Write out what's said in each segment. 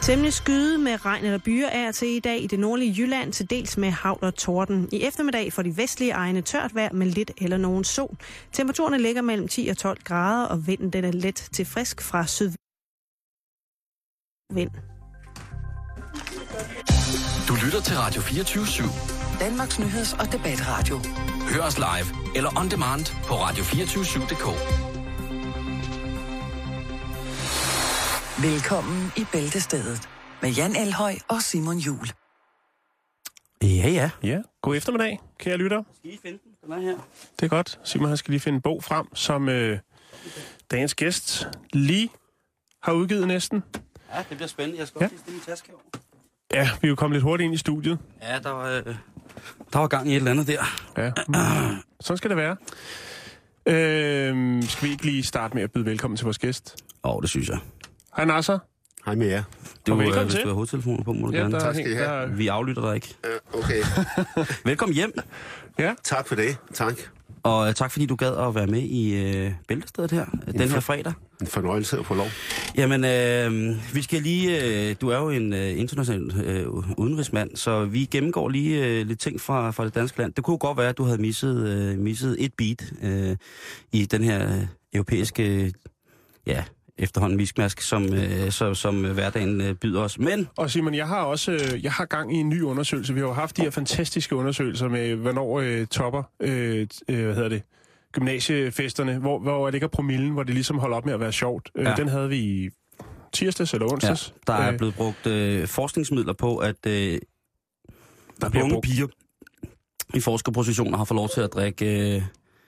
Temmelig skyde med regn eller byer er til i dag i det nordlige Jylland, til dels med hagl og torden. I eftermiddag får de vestlige egne tørt vejr med lidt eller nogen sol. Temperaturerne ligger mellem 10 og 12 grader, og vinden den er let til frisk fra sydvind. Du lytter til Radio 24/7. Danmarks nyheds- og debatradio. Hør os live eller on demand på radio247.dk. Velkommen i Bæltestedet med Jan Elhøj og Simon Juhl. Ja. God eftermiddag, kære lytter. Skal I finde den? Den er her. Det er godt. Simon han skal lige finde en bog frem, som dagens gæst lige har udgivet næsten. Ja, det bliver spændende. Jeg skal også lige stille min taske over. Ja, vi er jo kommet lidt hurtigt ind i studiet. Ja, der var gang i et eller andet der. Ja, sådan skal det være. Skal vi ikke lige starte med at byde velkommen til vores gæst? Det synes jeg. Hej Nasser. Hej med jer. Velkommen hvis til. du har hovedtelefoner på, må du gerne. Tak skal I have. Vi aflytter dig ikke. Okay. Velkommen hjem. Ja. Tak for det. Tak. Og tak fordi du gad at være med i Bæltestedet her, den her fredag. En fornøjelse at få lov. Jamen, vi skal lige... du er jo en international udenrigsmand, så vi gennemgår lige lidt ting fra det danske land. Det kunne godt være, at du havde misset et beat i den her europæiske... efterhånden miskmask, som hverdagen byder os. Men... Og Simon, jeg har gang i en ny undersøgelse. Vi har jo haft de her fantastiske undersøgelser med, hvornår topper, gymnasiefesterne, hvor det ikke er promillen, hvor det ligesom holder op med at være sjovt. Ja. Den havde vi i tirsdags eller onsdags. Ja, der er blevet brugt forskningsmidler på, at unge piger i forskerpositioner har fået lov til at drikke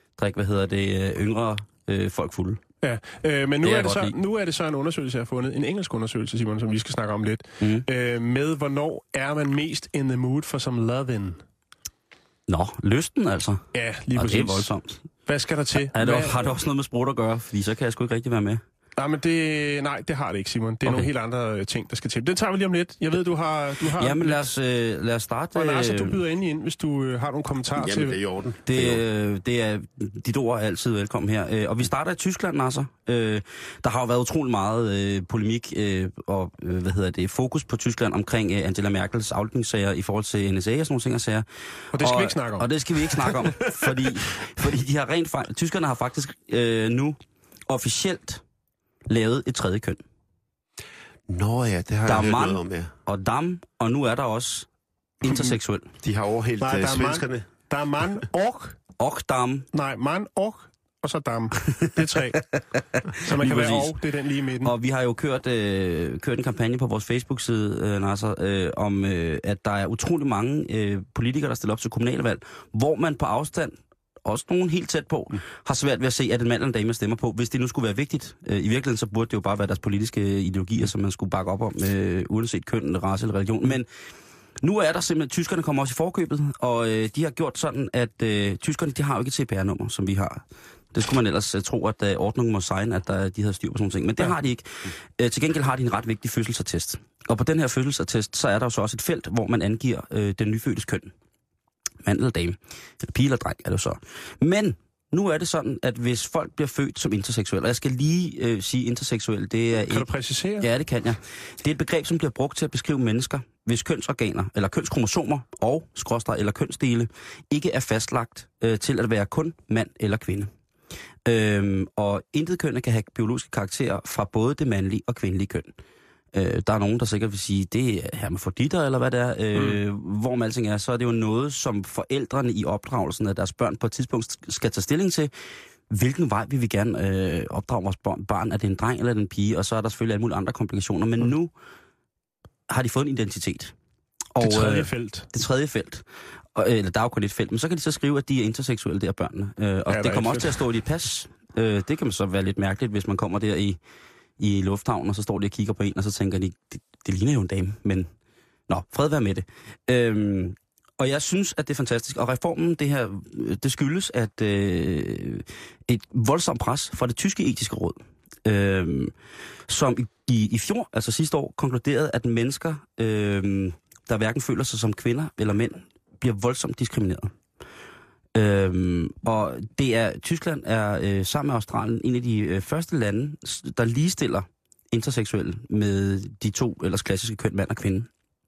yngre folk fulde. Ja, men nu er det så en undersøgelse, jeg har fundet. En engelsk undersøgelse, Simon, som vi skal snakke om lidt. Med, hvornår er man mest in the mood for some loving? Nå, lysten altså. Ja, lige præcis. præcis. Det er voldsomt. Hvad skal der til? Har det også noget med sprut at gøre? Fordi så kan jeg sgu ikke rigtig være med. Nej, det har det ikke, Simon. Det er nogle helt andre ting, der skal til. Den tager vi lige om lidt. Jeg ved, du har... Jamen, lad os starte... Og Lars, du byder ind, hvis du har nogle kommentarer til... Jamen, det er i orden. Det er dit ord er altid velkommen her. Og vi starter i Tyskland, Nasser. Der har jo været utrolig meget polemik og fokus på Tyskland omkring Angela Merkels aflytningssager i forhold til NSA og sådan nogle ting og sager. Og det skal vi ikke snakke om. Og det skal vi ikke snakke om, fordi de har tyskerne har faktisk nu officielt lavet et tredje køn. Nå ja, det har jeg hørt noget om, ja. Og dam, og nu er der også interseksuel. De har overhældt svenskerne. Der er man og dam. Nej, man og så dam. Det er 3. Så man kan være og, det er den lige i midten. Og vi har jo kørt en kampagne på vores Facebook-side, Nasser, om at der er utrolig mange politikere, der stiller op til kommunalvalg, hvor man på afstand, også nogen helt tæt på, har svært ved at se, at en mand eller en dame stemmer på. Hvis det nu skulle være vigtigt, i virkeligheden, så burde det jo bare være deres politiske ideologier, som man skulle bakke op om, uanset køn, race eller religion. Men nu er der simpelthen, tyskerne kommer også i forkøbet, og de har gjort sådan, at tyskerne, de har jo ikke et CPR-nummer, som vi har. Det skulle man ellers tro, at ordningen må signe, at de havde styr på sådan nogle ting. Men det har de ikke. Til gengæld har de en ret vigtig fødselsattest. Og på den her fødselsattest, så er der jo så også et felt, hvor man angiver den nyfødtes køn. Mand eller dame. Eller pige eller dreng er det så. Men nu er det sådan, at hvis folk bliver født som interseksuelle, og jeg skal lige sige interseksuel, det er... Kan du præcisere? Ja, det kan jeg. Det er et begreb, som bliver brugt til at beskrive mennesker, hvis kønsorganer, eller kønskromosomer og eller kønsdele ikke er fastlagt til at være kun mand eller kvinde. Og intet køn kan have biologiske karakterer fra både det mandlige og kvindelige køn. Der er nogen, der sikkert vil sige, det er hermafroditter, eller hvad det er. Hvor man alting er, så er det jo noget, som forældrene i opdragelsen af deres børn på et tidspunkt skal tage stilling til. Hvilken vej vil vi gerne opdrage vores barn? Er det en dreng eller en pige? Og så er der selvfølgelig alle mulige andre komplikationer. Men nu har de fået en identitet. Og, det tredje felt. Det tredje felt. Eller der er jo kun et felt. Men så kan de så skrive, at de er interseksuelle, der børnene. Og det kommer også til at stå i dit pas. Det kan man så være lidt mærkeligt, hvis man kommer der i lufthavnen, og så står de og kigger på en, og så tænker de, det ligner jo en dame, men fred være med det. Og jeg synes, at det er fantastisk. Og reformen, det skyldes, at et voldsomt pres fra det tyske etiske råd, som i fjor, altså sidste år, konkluderede, at mennesker, der hverken føler sig som kvinder eller mænd, bliver voldsomt diskrimineret. Og Tyskland er sammen med Australien en af de første lande, der ligestiller interseksuelle med de to ellers klassiske køn, mand og kvinde.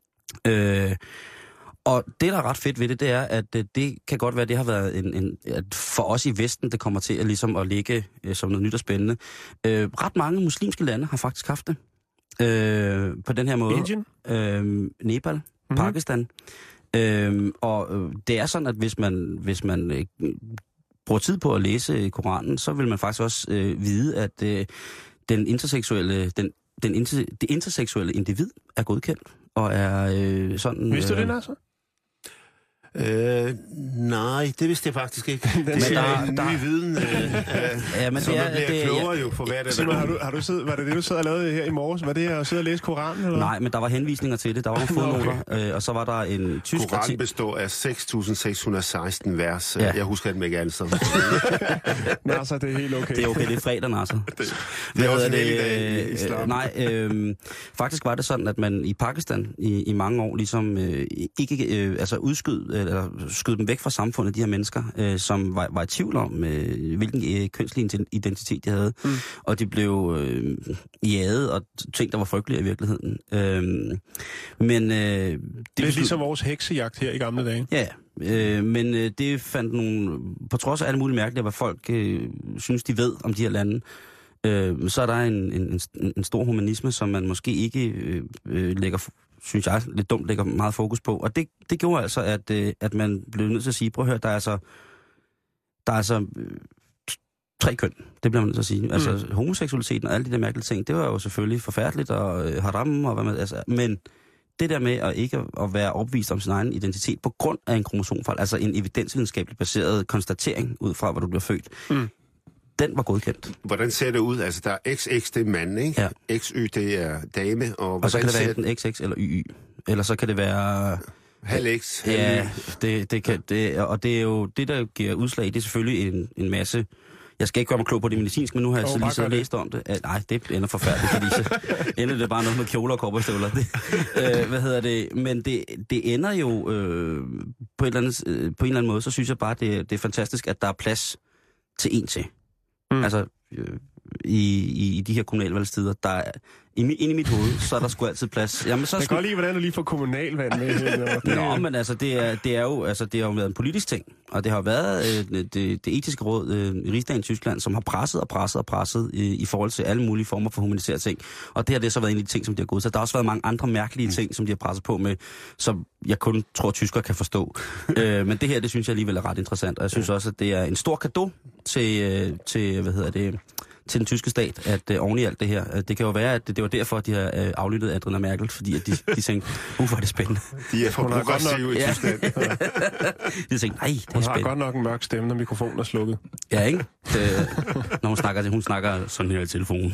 Og det, der er ret fedt ved det, det er, at det kan godt være, at det har været at for os i Vesten, det kommer til at, ligesom at ligge som noget nyt og spændende. Ret mange muslimske lande har faktisk haft det på den her måde. Indien? Nepal, Pakistan. Og det er sådan, at hvis man bruger tid på at læse Koranen, så vil man faktisk også vide, at det interseksuelle individ er godkendt og er sådan... Vidste du det, altså? Nej, det vidste jeg faktisk ikke. Det er en ny viden, ja, men som man bliver klogere jo for hver dag. Har du siddet, var det det, du sad og lavede her i morges? Var det at sidde og læse Koranen? Eller? Nej, men der var henvisninger til det. Der var nogle fodnoter, og så var der en tysk... Koranen består af 6.616 vers. Ja. Jeg husker dem ikke alle sammen. Nasser, det er helt okay. Det er okay, det er fredag, Nasser. Det er også en helligdag i islam. Nej, faktisk var det sådan, at man i Pakistan i mange år ligesom ikke udskød eller skød dem væk fra samfundet, de her mennesker, som var i tvivl om, hvilken kønslig identitet de havde. Og de blev jaget og ting, der var frygtelige i virkeligheden. Men det er ligesom vores heksejagt her i gamle dage. Ja, men det fandt nogle, på trods af alle mulige mærkelige, hvad folk synes, de ved om de her lande, så er der en stor humanisme, som man måske ikke lægger, synes jeg, lidt dumt lægger meget fokus på. Og det gjorde altså, at man blev nødt til at sige, prøv at høre, der er altså 3 køn, det bliver man nødt til at sige. Altså homoseksualiteten og alle de der mærkelige ting, det var jo selvfølgelig forfærdeligt og haram og hvad man, altså, men det der med at ikke at være opvist om sin egen identitet på grund af en kromosomfejl, altså en evidensvidenskabeligt baseret konstatering ud fra, hvor du bliver født, den var godkendt. Hvordan ser det ud? Altså, der er XX, det er mand, ikke? Ja. XY, det er dame. Og så kan det være enten XX eller YY. Eller så kan det være... Halv X. Ja, det kan... og det er jo det, der giver udslag. Det er selvfølgelig en masse... Jeg skal ikke gøre mig klog på det medicinske, men nu har jeg så lige så læst om det. Nej, det ender forfærdeligt, fordi så ender det bare noget med kjoler og kopperstøvler. Men det ender jo på en eller anden måde, så synes jeg bare, det er fantastisk, at der er plads til en til. Altså, i de her kommunalvalgstider, der er inde i mit hoved, så er der sgu altid plads. Jamen, så jeg kan godt lide, hvordan du lige får kommunalvalg med. Nå, men altså, det er jo været en politisk ting, og det har været det etiske råd i Rigsdagen i Tyskland, som har presset i forhold til alle mulige former for humanitære ting. Og det har det så været en af de ting, som de har godtaget. Der har også været mange andre mærkelige ting, som de har presset på med, som jeg kun tror, tyskere kan forstå. Men det her, det synes jeg alligevel er ret interessant, og jeg synes også, at det er en stor cadeau til den tyske stat, at oven i alt det her, det kan jo være, at det var derfor, at de har aflyttet Angela Merkel, fordi at de tænkte, hvor er det spændende. De er for progressive i Tyskland. De tænkte, nej, det er spændende. Hun har godt nok en mørk stemme, når mikrofonen er slukket. Ja, ikke? Når hun snakker sådan her i telefonen.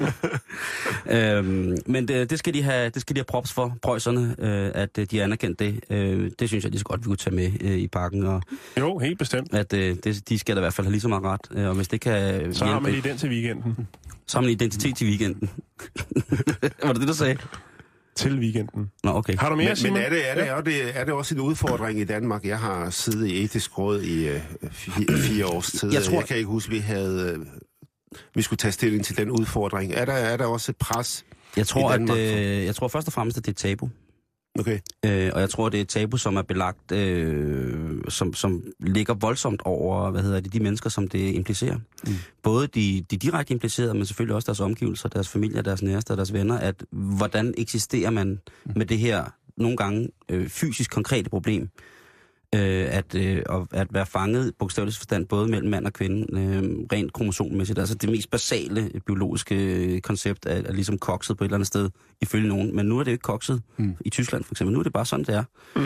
Men det skal de have props for, preusserne, at de har anerkendt det. Det synes jeg, de så godt vi kunne tage med i parken. Og jo, helt bestemt. At de skal da i hvert fald have lige så meget ret. Og hvis det kan så har man i den til weekenden. Så har man identitet til weekenden. Var det, du sagde? Til weekenden. Nå, okay. Har du mere, Simon? Men er det også en udfordring i Danmark? Jeg har siddet i etisk råd i 4 års tid. Jeg kan ikke huske, vi skulle tage stilling til den udfordring. Er der også et pres jeg tror først og fremmest, at det er et tabu. Okay. Og jeg tror, det er et tabu, som er belagt, som ligger voldsomt over, de mennesker, som det implicerer. Både de direkte implicerede, men selvfølgelig også deres omgivelser, deres familie, deres næreste og deres venner, at hvordan eksisterer man med det her nogle gange fysisk konkrete problem, at være fanget bogstaveligt forstand både mellem mand og kvinde, rent kromosommæssigt. Altså det mest basale biologiske koncept er ligesom kokset på et eller andet sted, ifølge nogen. Men nu er det jo ikke kokset i Tyskland for eksempel. Nu er det bare sådan, det er.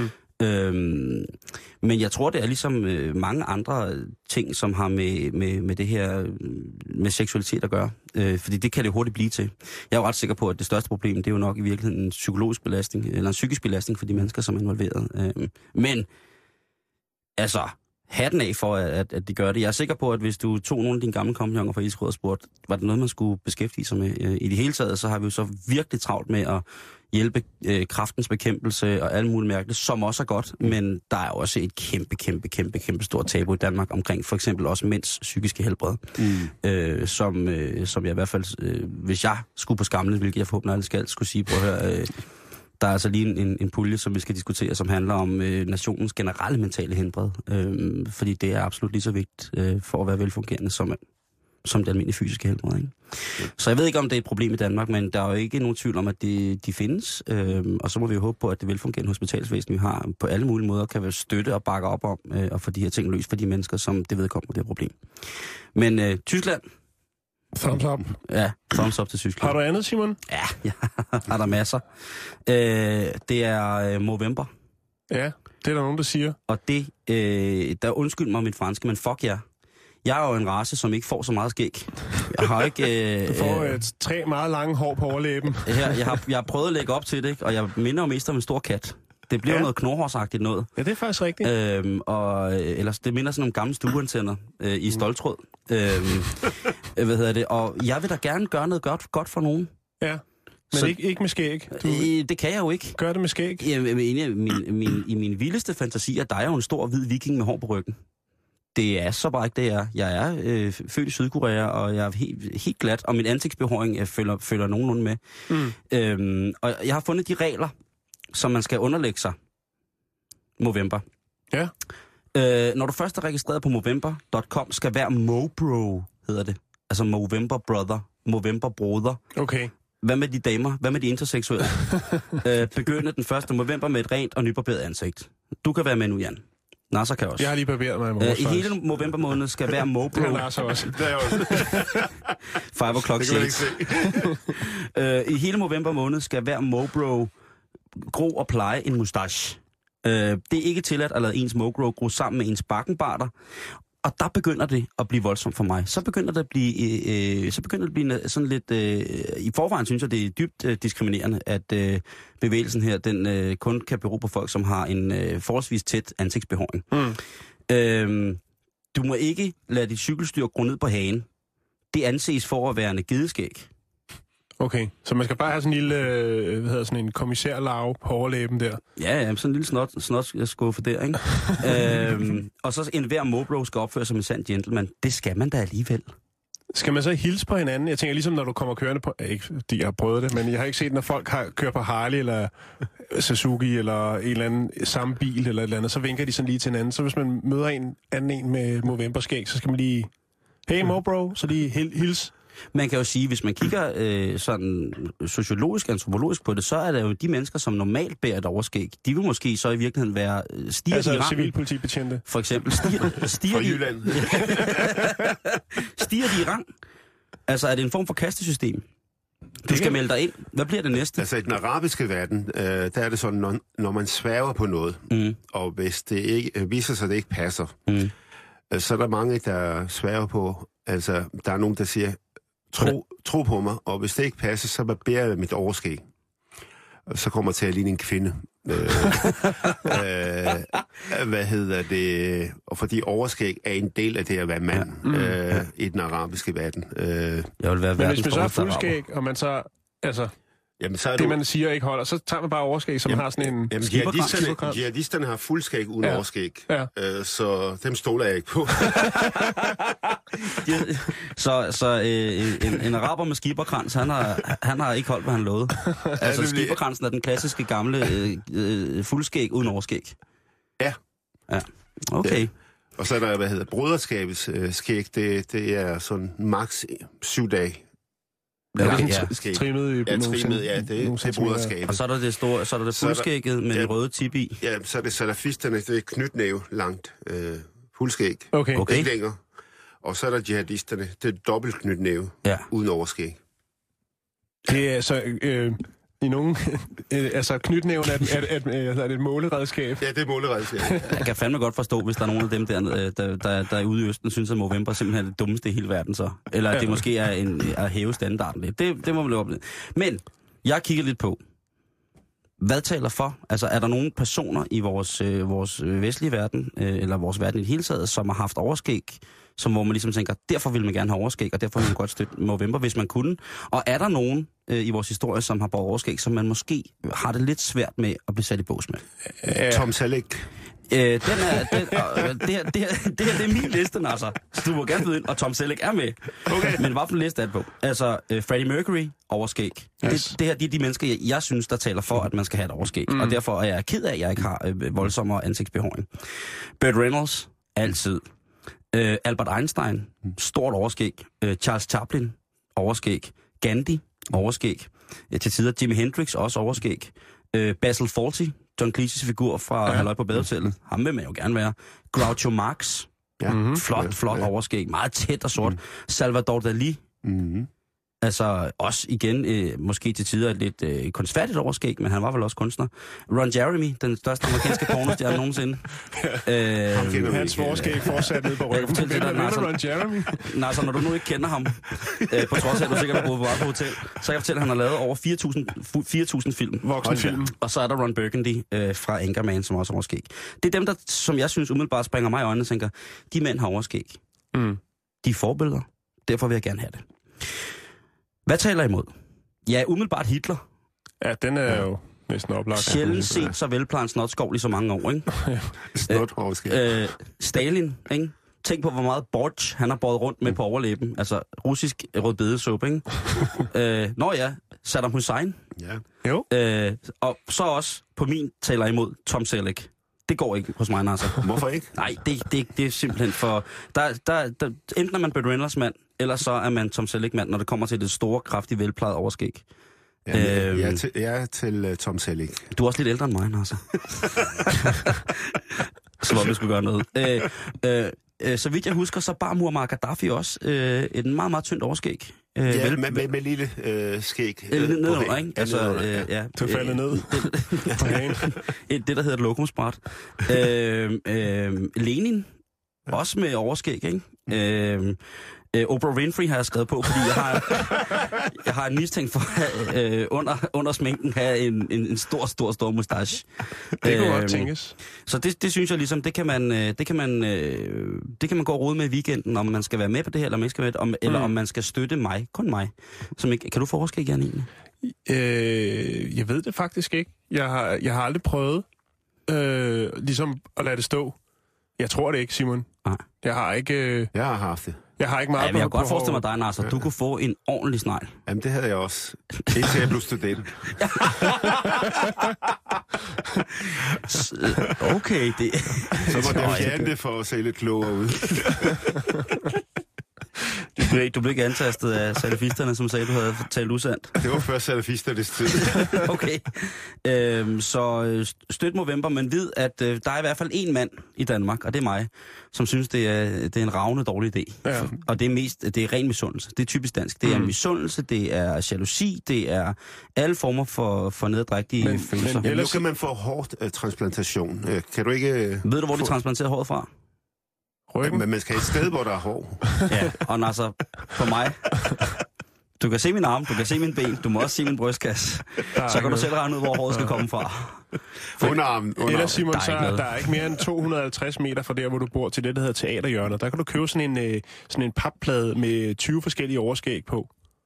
Men jeg tror, det er ligesom mange andre ting, som har med det her med seksualitet at gøre. Fordi det kan det hurtigt blive til. Jeg er jo ret sikker på, at det største problem, det er jo nok i virkeligheden en psykologisk belastning, eller en psykisk belastning for de mennesker, som er involveret. Men altså, hatten af for, at de gør det. Jeg er sikker på, at hvis du tog nogle af dine gamle kompagnoner fra Iskrød og spurgte, var det noget, man skulle beskæftige sig med? I det hele taget, så har vi jo så virkelig travlt med at hjælpe kræftens bekæmpelse og alle mulige mærkeligt, som også er godt, men der er også et kæmpe stort tabu i Danmark omkring for eksempel også mænds psykiske helbred, som jeg i hvert fald, hvis jeg skulle på skamlen, hvilket jeg forhåbentlig aldrig skal, skulle sige på her, der er altså lige en pulje, som vi skal diskutere, som handler om nationens generelle mentale helbred, fordi det er absolut lige så vigtigt for at være velfungerende som det almindelige fysiske helbred. Ikke? Så jeg ved ikke, om det er et problem i Danmark, men der er jo ikke nogen tvivl om, at de findes. Og så må vi jo håbe på, at det velfungerende hospitalsvæsen, vi har, på alle mulige måder kan være støtte og bakke op om og få de her ting løst for de mennesker, som det vedkommer det her problem. Men Tyskland... Thumbs up. Ja, thumbs up til Tyskland. Har du andet, Simon? Ja, har der masser. Det er Movember. Ja, det er der nogen, der siger. Og det... der undskyld mig mit franske, men fuck jer. Jeg er jo en race, som ikke får så meget skæg. Jeg har ikke... Du får 3 meget lange hår på overlæben. Jeg har prøvet at lægge op til det, og jeg minder jo mest om en stor kat. Det bliver noget knorhårsagtigt noget. Ja, det er faktisk rigtigt. Ellers det minder sådan nogle gamle stueantænder i ståltråd. Og jeg vil da gerne gøre noget godt for nogen. Ja, men så, ikke med skæg. Det kan jeg jo ikke. Gør det med skæg. I min vildeste fantasi, at der er jo en stor hvid viking med hår på ryggen. Det er så bare ikke det, jeg er. Jeg er født i Sydkorea, og jeg er helt glat, og min ansigtsbehåring følger nogenlunde med. Og jeg har fundet de regler, som man skal underlægge sig. Movember. Ja. Når du først er registreret på Movember.com, skal hver Mobro, hedder det. Altså Movember Brother, Movember Broder. Okay. Hvad med de damer? Hvad med de interseksuelle? Begynde den 1. november med et rent og nybarberet ansigt. Du kan være med nu, Jan. Nasser kan også. Jeg har lige barberet mig i morges. I hele november måned skal hver Mobro... Det er Nasser også. Det er jeg også. 5 o'clock shades. I hele november måned skal hver Mobro gro og pleje en mustache. Det er ikke tilladt at lade ens Mobro gro sammen med ens bakkenbarter. Og der begynder det at blive voldsomt for mig. Så begynder det at blive, sådan lidt... I forvejen synes jeg, det er dybt diskriminerende, at bevægelsen her, den kun kan bero på folk, som har en forholdsvis tæt ansigtsbehåring. Du må ikke lade dit cykelstyr gro ned på hagen. Det anses for at være en gedeskæg. Okay, så man skal bare have sådan en lille, sådan en kommissærlarve på overlæben der? Ja, sådan en lille snotskuffe der, ikke? Og så enhver Mobro skal opføre sig som en sand gentleman. Det skal man da alligevel. Skal man så hilse på hinanden? Jeg tænker ligesom, når du kommer kørende på... Ikke fordi jeg har prøvet det, men jeg har ikke set, når folk kører på Harley eller Suzuki eller en eller anden samme bil eller et eller andet, så vinker de sådan lige til hinanden. Så hvis man møder en anden med Movember-skæg, så skal man lige... Hey Mobro, så lige hils. Man kan jo sige, hvis man kigger sådan sociologisk, antropologisk på det, så er der jo de mennesker, som normalt bærer et overskæg. De vil måske så i virkeligheden være stiger altså i rangen. Civilpolitibetjente. For eksempel stiger de i rang. Altså er det en form for kastesystem? Du skal melde dig ind. Hvad bliver det næste? Altså i den arabiske verden, der er det sådan, når man sværger på noget, og hvis det ikke viser sig, at det ikke passer, så er der mange, der sværger på, altså der er nogen, der siger, tro på mig, og hvis det ikke passer, så barberer jeg mit overskæg. Så kommer jeg til at ligne en kvinde. Hvad hedder det? Og fordi overskæg er en del af det at være mand i den arabiske verden. Jeg vil være men hvis man så har fuldskæg, og man så... Altså, jamen, så det, man siger ikke holder, så tager man bare overskæg, så man har sådan en... Jihadisterne har fuldskæg uden overskæg, så dem stoler jeg ikke på. En araber med skiberkrans, han har ikke holdt, hvad han lovede. Altså skiberkransen er den klassiske gamle fuldskæg uden overskæg. Ja. Okay. Ja. Og så er der, broderskabets skæg, det er sådan maks 7 dage. Trimmet, det er broderskabet. Og så er der det store, så er der det fuldskægget med den røde tip i. Ja, så er det salafisterne, det er knytnæve langt fuldskæg. Okay. Ikke længere. Og så er der jihadisterne, det er dobbelt knytnæve uden overskæg. Det er så i nogen... altså knytnæven er det et måleredskab? Ja, det er et måleredskab. Jeg kan fandme godt forstå, hvis der er nogen af dem, der er ude i Østen, synes, at Movember simpelthen er det dummeste i hele verden så. Eller at det måske er at hæve standarden lidt. Det må man løbe op lidt. Men jeg kigger lidt på, hvad taler for? Altså er der nogle personer i vores vestlige verden, eller vores verden i det hele taget, som har haft overskæg, hvor man ligesom tænker, derfor vil man gerne have overskæg, og derfor vil man godt støtte Movember, hvis man kunne. Og er der nogen i vores historie, som har båret overskæg, som man måske har det lidt svært med at blive sat i bås med? Tom Selleck. Det er min liste, altså. Så du må gerne byde ind, og Tom Selleck er med. Okay. Men hvad for en liste er det på? Altså, Freddie Mercury, overskæg. Yes. Det her, de er de mennesker, jeg synes, der taler for, at man skal have et overskæg. Og derfor er jeg ked af, at jeg ikke har voldsommere ansigtsbehåring. Burt Reynolds, altid. Albert Einstein, stort overskæg. Charles Chaplin, overskæg. Gandhi, overskæg. Til tider Jimi Hendrix, også overskæg. Basil Fawlty, John Cleese's figur fra Halløj på Badehotellet. Ham vil man jo gerne være. Groucho Marx. Ja. Flot overskæg. Meget tæt og sort. Salvador Dali. Altså også igen, måske til tider et lidt kunstfærdigt overskæg, men han var vel også kunstner. Ron Jeremy, den største amerikanske pornostjerne nogensinde. Hans overskæg fortsat ned på ryggen. Ron Jeremy? Nej, så når du nu ikke kender ham, på trods af, at du sikkert har boet på hotel, så kan jeg fortælle, at han har lavet over 4.000 film. Voksenfilm. Og så er der Ron Burgundy fra Anchorman, som også har overskæg. Det er dem, der, som jeg synes umiddelbart springer mig i øjnene og tænker, de mænd har overskæg. De er forbilleder. Derfor vil jeg gerne have det. Hvad taler imod? Ja, umiddelbart Hitler. Ja, den er jo næsten oplagt. Sjældent set så velplejet snotskov i så mange år, ikke? Stalin, ikke? Tænk på, hvor meget borch han har båret rundt med på overlæben. Altså russisk rødbedesuppe, ikke? Nå ja, Saddam Hussein. Ja. Jo. Og så også på min taler imod Tom Selleck. Det går ikke hos mig, altså. Hvorfor ikke? Nej, det er simpelthen for... Der enten er man Burt Reynolds mand, eller så er man Tom Selleck mand, når det kommer til det store, kraftige, velplejede overskæg. Jeg er til Tom Selleck. Du er også lidt ældre end mig, altså. Så hvor vi skulle gøre noget. Så vidt jeg husker, så bar Muammar Gaddafi også et meget, meget tyndt overskæg. Med lille skæg. Nedenunder, ikke? Altså, ja. Du falder ned. Det, der hedder et lokumsbræt. Lenin, også med overskæg, ikke? Oprah Winfrey har jeg skrevet på, fordi jeg har en mistænkt for at under sminken have en stor mustache. Det kunne godt tænkes. Så det synes jeg ligesom, det kan man gå og rode med i weekenden, om man skal være med på det her, eller man ikke skal med, eller om man skal støtte mig, kun mig. Kan du få overskæg, Jan, egentlig? Jeg ved det faktisk ikke. Jeg har aldrig prøvet ligesom at lade det stå. Jeg tror det ikke, Simon. Nej. Jeg har ikke... Jeg har haft det. Jeg har ikke meget på. Jeg kan godt forestille mig dig, Nasser. Du kunne få en ordentlig snegl. Jamen, det havde jeg også. Indtil jeg blev student. Okay, det... Så må det fjerne det for at se lidt klogere ud. Du blev ikke antastet af salafisterne, som sagde, du havde talt usandt. Det var før salafisternes tid. Okay. Så støt Movember, men vid, at der er i hvert fald en mand i Danmark, og det er mig, som synes, det er en ravne dårlig idé. Ja. Og det er ren misundelse. Det er typisk dansk. Det er misundelse, det er jalousi, det er alle former for neddrægtige følelser. Men nu kan man få hårtransplantation. Kan du ikke... Ved du, hvor de transplanterer håret fra? Ryggen. Men man skal et sted, hvor der er hår. Ja, og altså, på mig... Du kan se min arm, du kan se min ben, du må også se min brystkasse. Så kan du selv regne ud, hvor håret skal komme fra. Underarmen. Eller Simon, der er ikke mere end 250 meter fra der, hvor du bor, til det, der hedder Teaterhjørnet. Der kan du købe sådan en papplade med 20 forskellige overskæg på.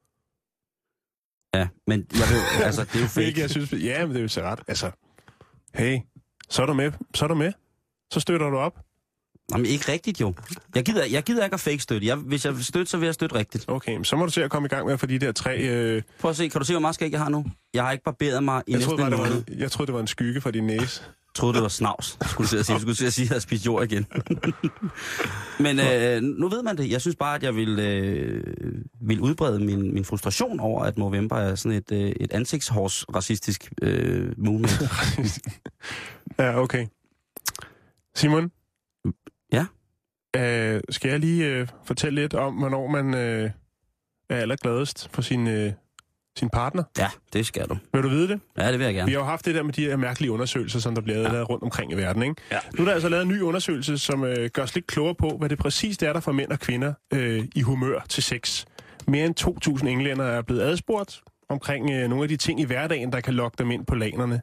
Ja, men jeg ved, altså, det er jo fake. Jeg synes, ja, men det er jo så ret. Altså, hey, så er du med. Så støtter du op. Jamen, ikke rigtigt jo. Jeg gider ikke at fake støtte. Hvis jeg vil støtte, så vil jeg støtte rigtigt. Okay, så må du se at komme i gang med at få de der 3... Prøv at se, kan du se, hvor meget skæg jeg har nu? Jeg har ikke barberet mig i næsten en måned. Jeg troede, det var en skygge fra din næse. Jeg troede, det var snavs, skulle du sige, at jeg havde spist jord igen. Men nu ved man det. Jeg synes bare, at jeg vil udbrede min frustration over, at Movember er sådan et ansigtshårs-racistisk movement. Ja, okay. Simon? Ja? Skal jeg lige fortælle lidt om, hvornår man er allergladest for sin partner? Ja, det skal du. Vil du vide det? Ja, det vil jeg gerne. Vi har jo haft det der med de her mærkelige undersøgelser, som der bliver lavet rundt omkring i verden, ikke? Ja. Nu er der altså lavet en ny undersøgelse, som gør os lidt klogere på, hvad det præcist er, der får mænd og kvinder i humør til sex. Mere end 2.000 englænder er blevet adspurgt omkring nogle af de ting i hverdagen, der kan lokke dem ind på lanerne.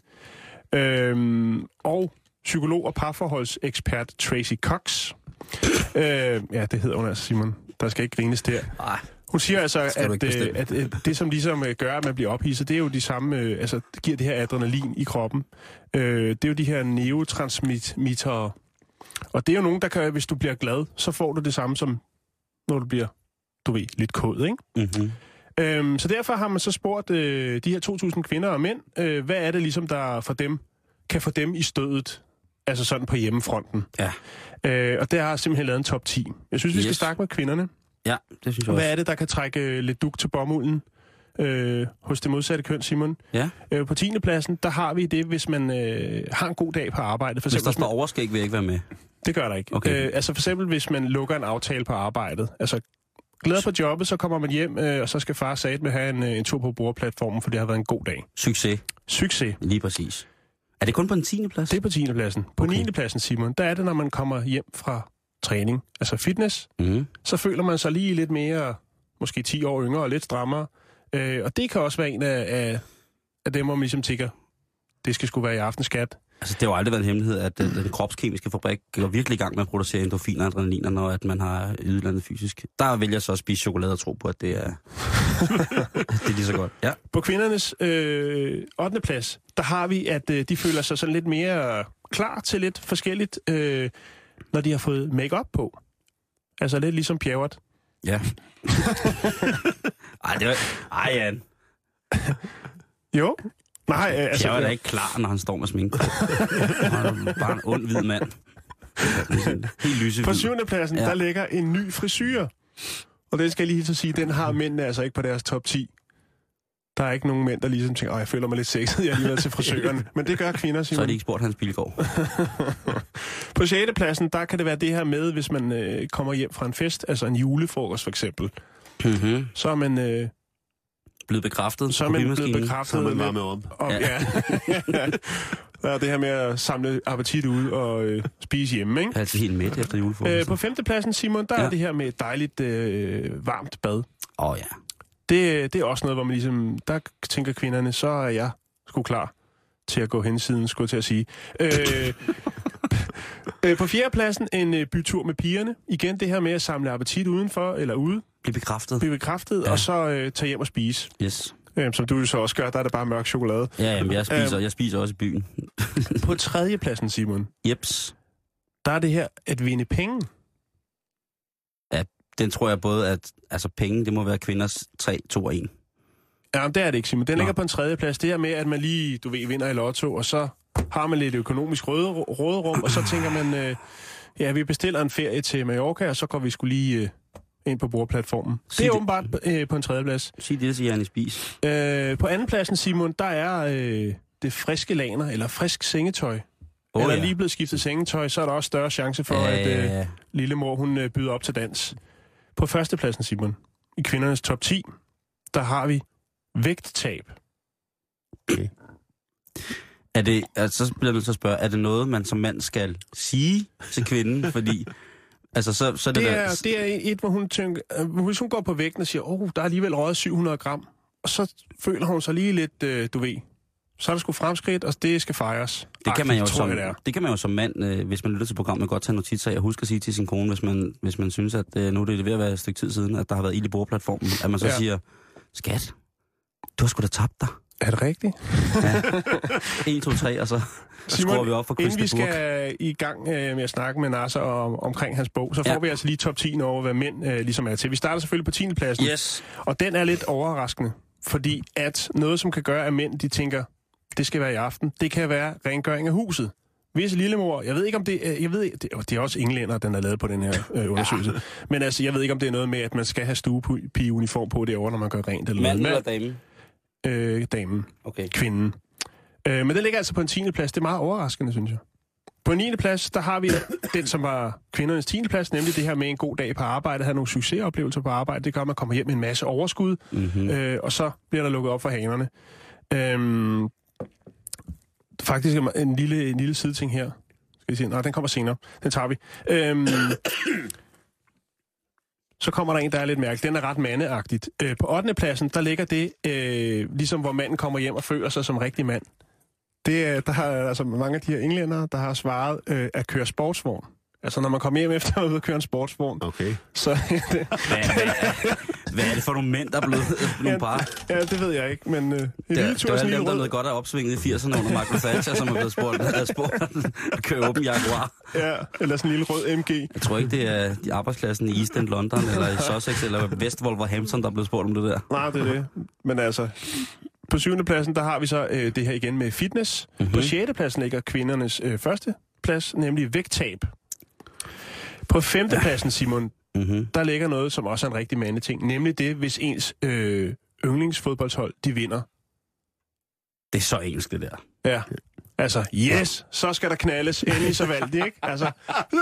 Og psykolog og parforholdsekspert Tracy Cox. Ja, det hedder hun altså, Simon. Der skal ikke grines der. Hun siger altså, at det, som ligesom gør, at man bliver ophidset, det er jo de samme, det giver det her adrenalin i kroppen. Det er jo de her neurotransmittere. Og det er jo nogen, der kan, hvis du bliver glad, så får du det samme som, når du bliver, lidt kåd, ikke? Mm-hmm. Så derfor har man så spurgt de her 2.000 kvinder og mænd, hvad er det ligesom, der for dem, kan få dem i stødet, altså sådan på hjemmefronten. Ja. Og der har simpelthen lavet en top 10. Jeg synes, vi skal starte med kvinderne. Ja, det synes jeg også. Hvad er det, der kan trække lidt dug til bomulden hos det modsatte køn, Simon? Ja. På 10. pladsen, der har vi det, hvis man har en god dag på arbejde. For hvis der står overskæg, vil jeg ikke være med. Det gør der ikke. Okay. For eksempel, hvis man lukker en aftale på arbejdet. Altså, glæder på jobbet, så kommer man hjem, og så skal far satme have en tur på brugerplatformen, for det har været en god dag. Succes. Lige præcis. Er det kun på den 10. plads? Det er på 10. pladsen. På 9. pladsen, Simon, der er det, når man kommer hjem fra træning, altså fitness, så føler man sig lige lidt mere, måske 10 år yngre og lidt strammere. Og det kan også være en af dem, hvor man ligesom tænker, det skal sgu være i aften, skat. Altså, det har jo aldrig været en hemmelighed, at den kropskemiske fabrik går virkelig i gang med at producere endorfiner og adrenaliner, når at man har ydet fysisk. Der vælger jeg så at spise chokolade og tro på, at det er, det er lige så godt. Ja. På kvindernes 8. plads, der har vi, at de føler sig sådan lidt mere klar til lidt forskelligt, når de har fået make-up på. Altså lidt ligesom Pjerrot. Ja. Ej, Jan. Jo. Nej, altså... Pjerrot er ikke klar, når han står med sminke. Han er bare en ond hvid mand. Helt lysehvid. På 7. pladsen, der ligger en ny frisyr. Og det skal jeg lige så sige, den har mændene altså ikke på deres top 10. Der er ikke nogen mænd, der ligesom tænker, jeg føler mig lidt sexet, jeg er lige til frisøren. Men det gør kvinder, Simon. Så er de ikke spurgt Hans Pilgaard. På 6. pladsen, der kan det være det her med, hvis man kommer hjem fra en fest, altså en julefrokost for eksempel. Mm-hmm. Så er man... blevet bekræftet. Så er man blevet bekræftet. Så er man varmet om. Der er det her med at samle appetit ud og spise hjemme, ikke? Altså helt midt efter julefrokosten. På 5. pladsen, Simon, der er det her med et dejligt varmt bad. Ja. Det er også noget, hvor man ligesom... Der tænker kvinderne, så er jeg sgu klar til at gå hen siden, skulle jeg til at sige. På 4. pladsen, en bytur med pigerne. Igen det her med at samle appetit udenfor eller ude. Blive bekræftet, og så tage hjem og spise. Yes. Som du så også gør, der er det bare mørk chokolade. Ja, jamen, jeg spiser også i byen. På 3. pladsen, Simon. Jeps. Der er det her at vinde penge. Ja, den tror jeg både, at penge, det må være kvinders 3, 2 og 1. Ja, det er det ikke, Simon. Den ligger på en 3. plads. Det her med, at man lige, vinder i lotto, og så har man lidt økonomisk råderum, og så tænker man, vi bestiller en ferie til Mallorca, og så går vi sgu lige ind på bordplatformen. Det er åbenbart på en 3. plads. Sig det, siger han i spis. På 2. pladsen, Simon, der er det friske laner, eller frisk sengetøj. Eller lige blevet skiftet sengetøj, så er der også større chance for, at lillemor, hun byder op til dans. På 1. pladsen, Simon, i kvindernes top 10, der har vi vægttab. Okay. Er det, så bliver jeg nødt til at spørge, er det noget, man som mand skal sige til kvinden? Fordi, så det er et, hvor hun tænker, hvis hun går på vægten og siger, der er alligevel røget 700 gram, og så føler hun sig lige lidt, så er der sgu fremskridt, og det skal fejres. Det kan man jo som mand, hvis man lytter til programmet, godt tage notitser af. Jeg husker at sige til sin kone, hvis man synes, at nu er det ved at være et stykke tid siden, at der har været ild i bordplatformen, at man så siger, skat, du har sgu da tabt dig. Er det rigtigt? Ja. 1, 2, 3, og så skruer vi op for inden vi skal i gang med at snakke med Nasser omkring hans bog, så får vi altså lige top 10 over, hvad mænd ligesom er til. Vi starter selvfølgelig på 10. pladsen, og den er lidt overraskende, fordi at noget, som kan gøre, at mænd, de tænker, det skal være i aften, det kan være rengøring af huset. Hvis lillemor, jeg ved ikke om det, det er også englænder, den er lavet på den her undersøgelse, men altså, jeg ved ikke om det er noget med, at man skal have stuepigeuniform på derovre, når man gør rent. Eller manden eller damen? Damen. Okay. Kvinden. Men det ligger altså på en 10. plads. Det er meget overraskende, synes jeg. På en 9. plads, der har vi den, som var kvindernes 10. plads, nemlig det her med en god dag på arbejde, have nogle succesoplevelser på arbejde. Det gør, at man kommer hjem med en masse overskud, og så bliver der lukket op for hanerne. Faktisk en lille sideting her. Skal vi se? Nej, den kommer senere. Den tager vi. Så kommer der en, der er lidt mærkelig. Den er ret mandeagtigt. På 8. pladsen, der ligger det, ligesom hvor manden kommer hjem og føler sig som rigtig mand. Der har altså mange af de her englændere, der har svaret at køre sportsvogn. Altså, når man kommer hjem efter at ude og køre en sportsvogn. Okay. Så Hvad er det for nogle mænd, der er blevet nogle par? Ja, det ved jeg ikke, men... Det var alle dem, der noget godt af opsvinget i 80'erne under Margaret Thatcher, som er blevet spurgt at køre åben Jaguar. Ja, eller sådan en lille rød MG. Jeg tror ikke, det er de arbejdsklassen i East End London, eller i Sussex, eller West Wolverhampton, der er blevet spurgt om det der. Nej, det er det. Men altså... På 7. pladsen, der har vi så det her igen med fitness. Mm-hmm. På 6. pladsen ligger kvindernes første plads, nemlig vægttab. På 5. pladsen, Simon, der ligger noget, som også er en rigtig mandeting. Nemlig det, hvis ens yndlingsfodboldshold, de vinder. Det er så engelsk, det der. Ja. Altså, yes, så skal der knaldes. Endelig så valgte de, ikke? Altså,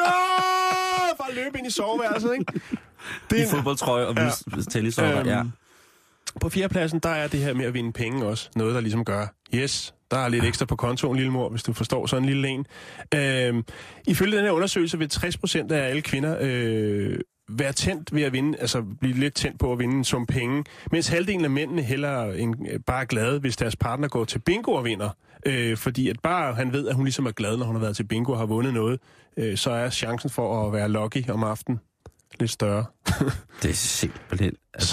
bare løbe ind i soveværelset, ikke? Det er en fodboldtrøje og tennissokker, ja. På 4. pladsen, der er det her med at vinde penge også. Noget, der ligesom gør, yes, der er lidt ekstra på kontoen, lille mor, hvis du forstår sådan en lille en. Ifølge den her undersøgelse vil 60% af alle kvinder være tændt ved at vinde, altså blive lidt tændt på at vinde en sum penge, mens halvdelen af mændene hellere bare er glade, hvis deres partner går til bingo og vinder. Fordi at bare han ved, at hun ligesom er glad, når hun har været til bingo og har vundet noget, så er chancen for at være lucky om aftenen lidt større. Det er simpelthen så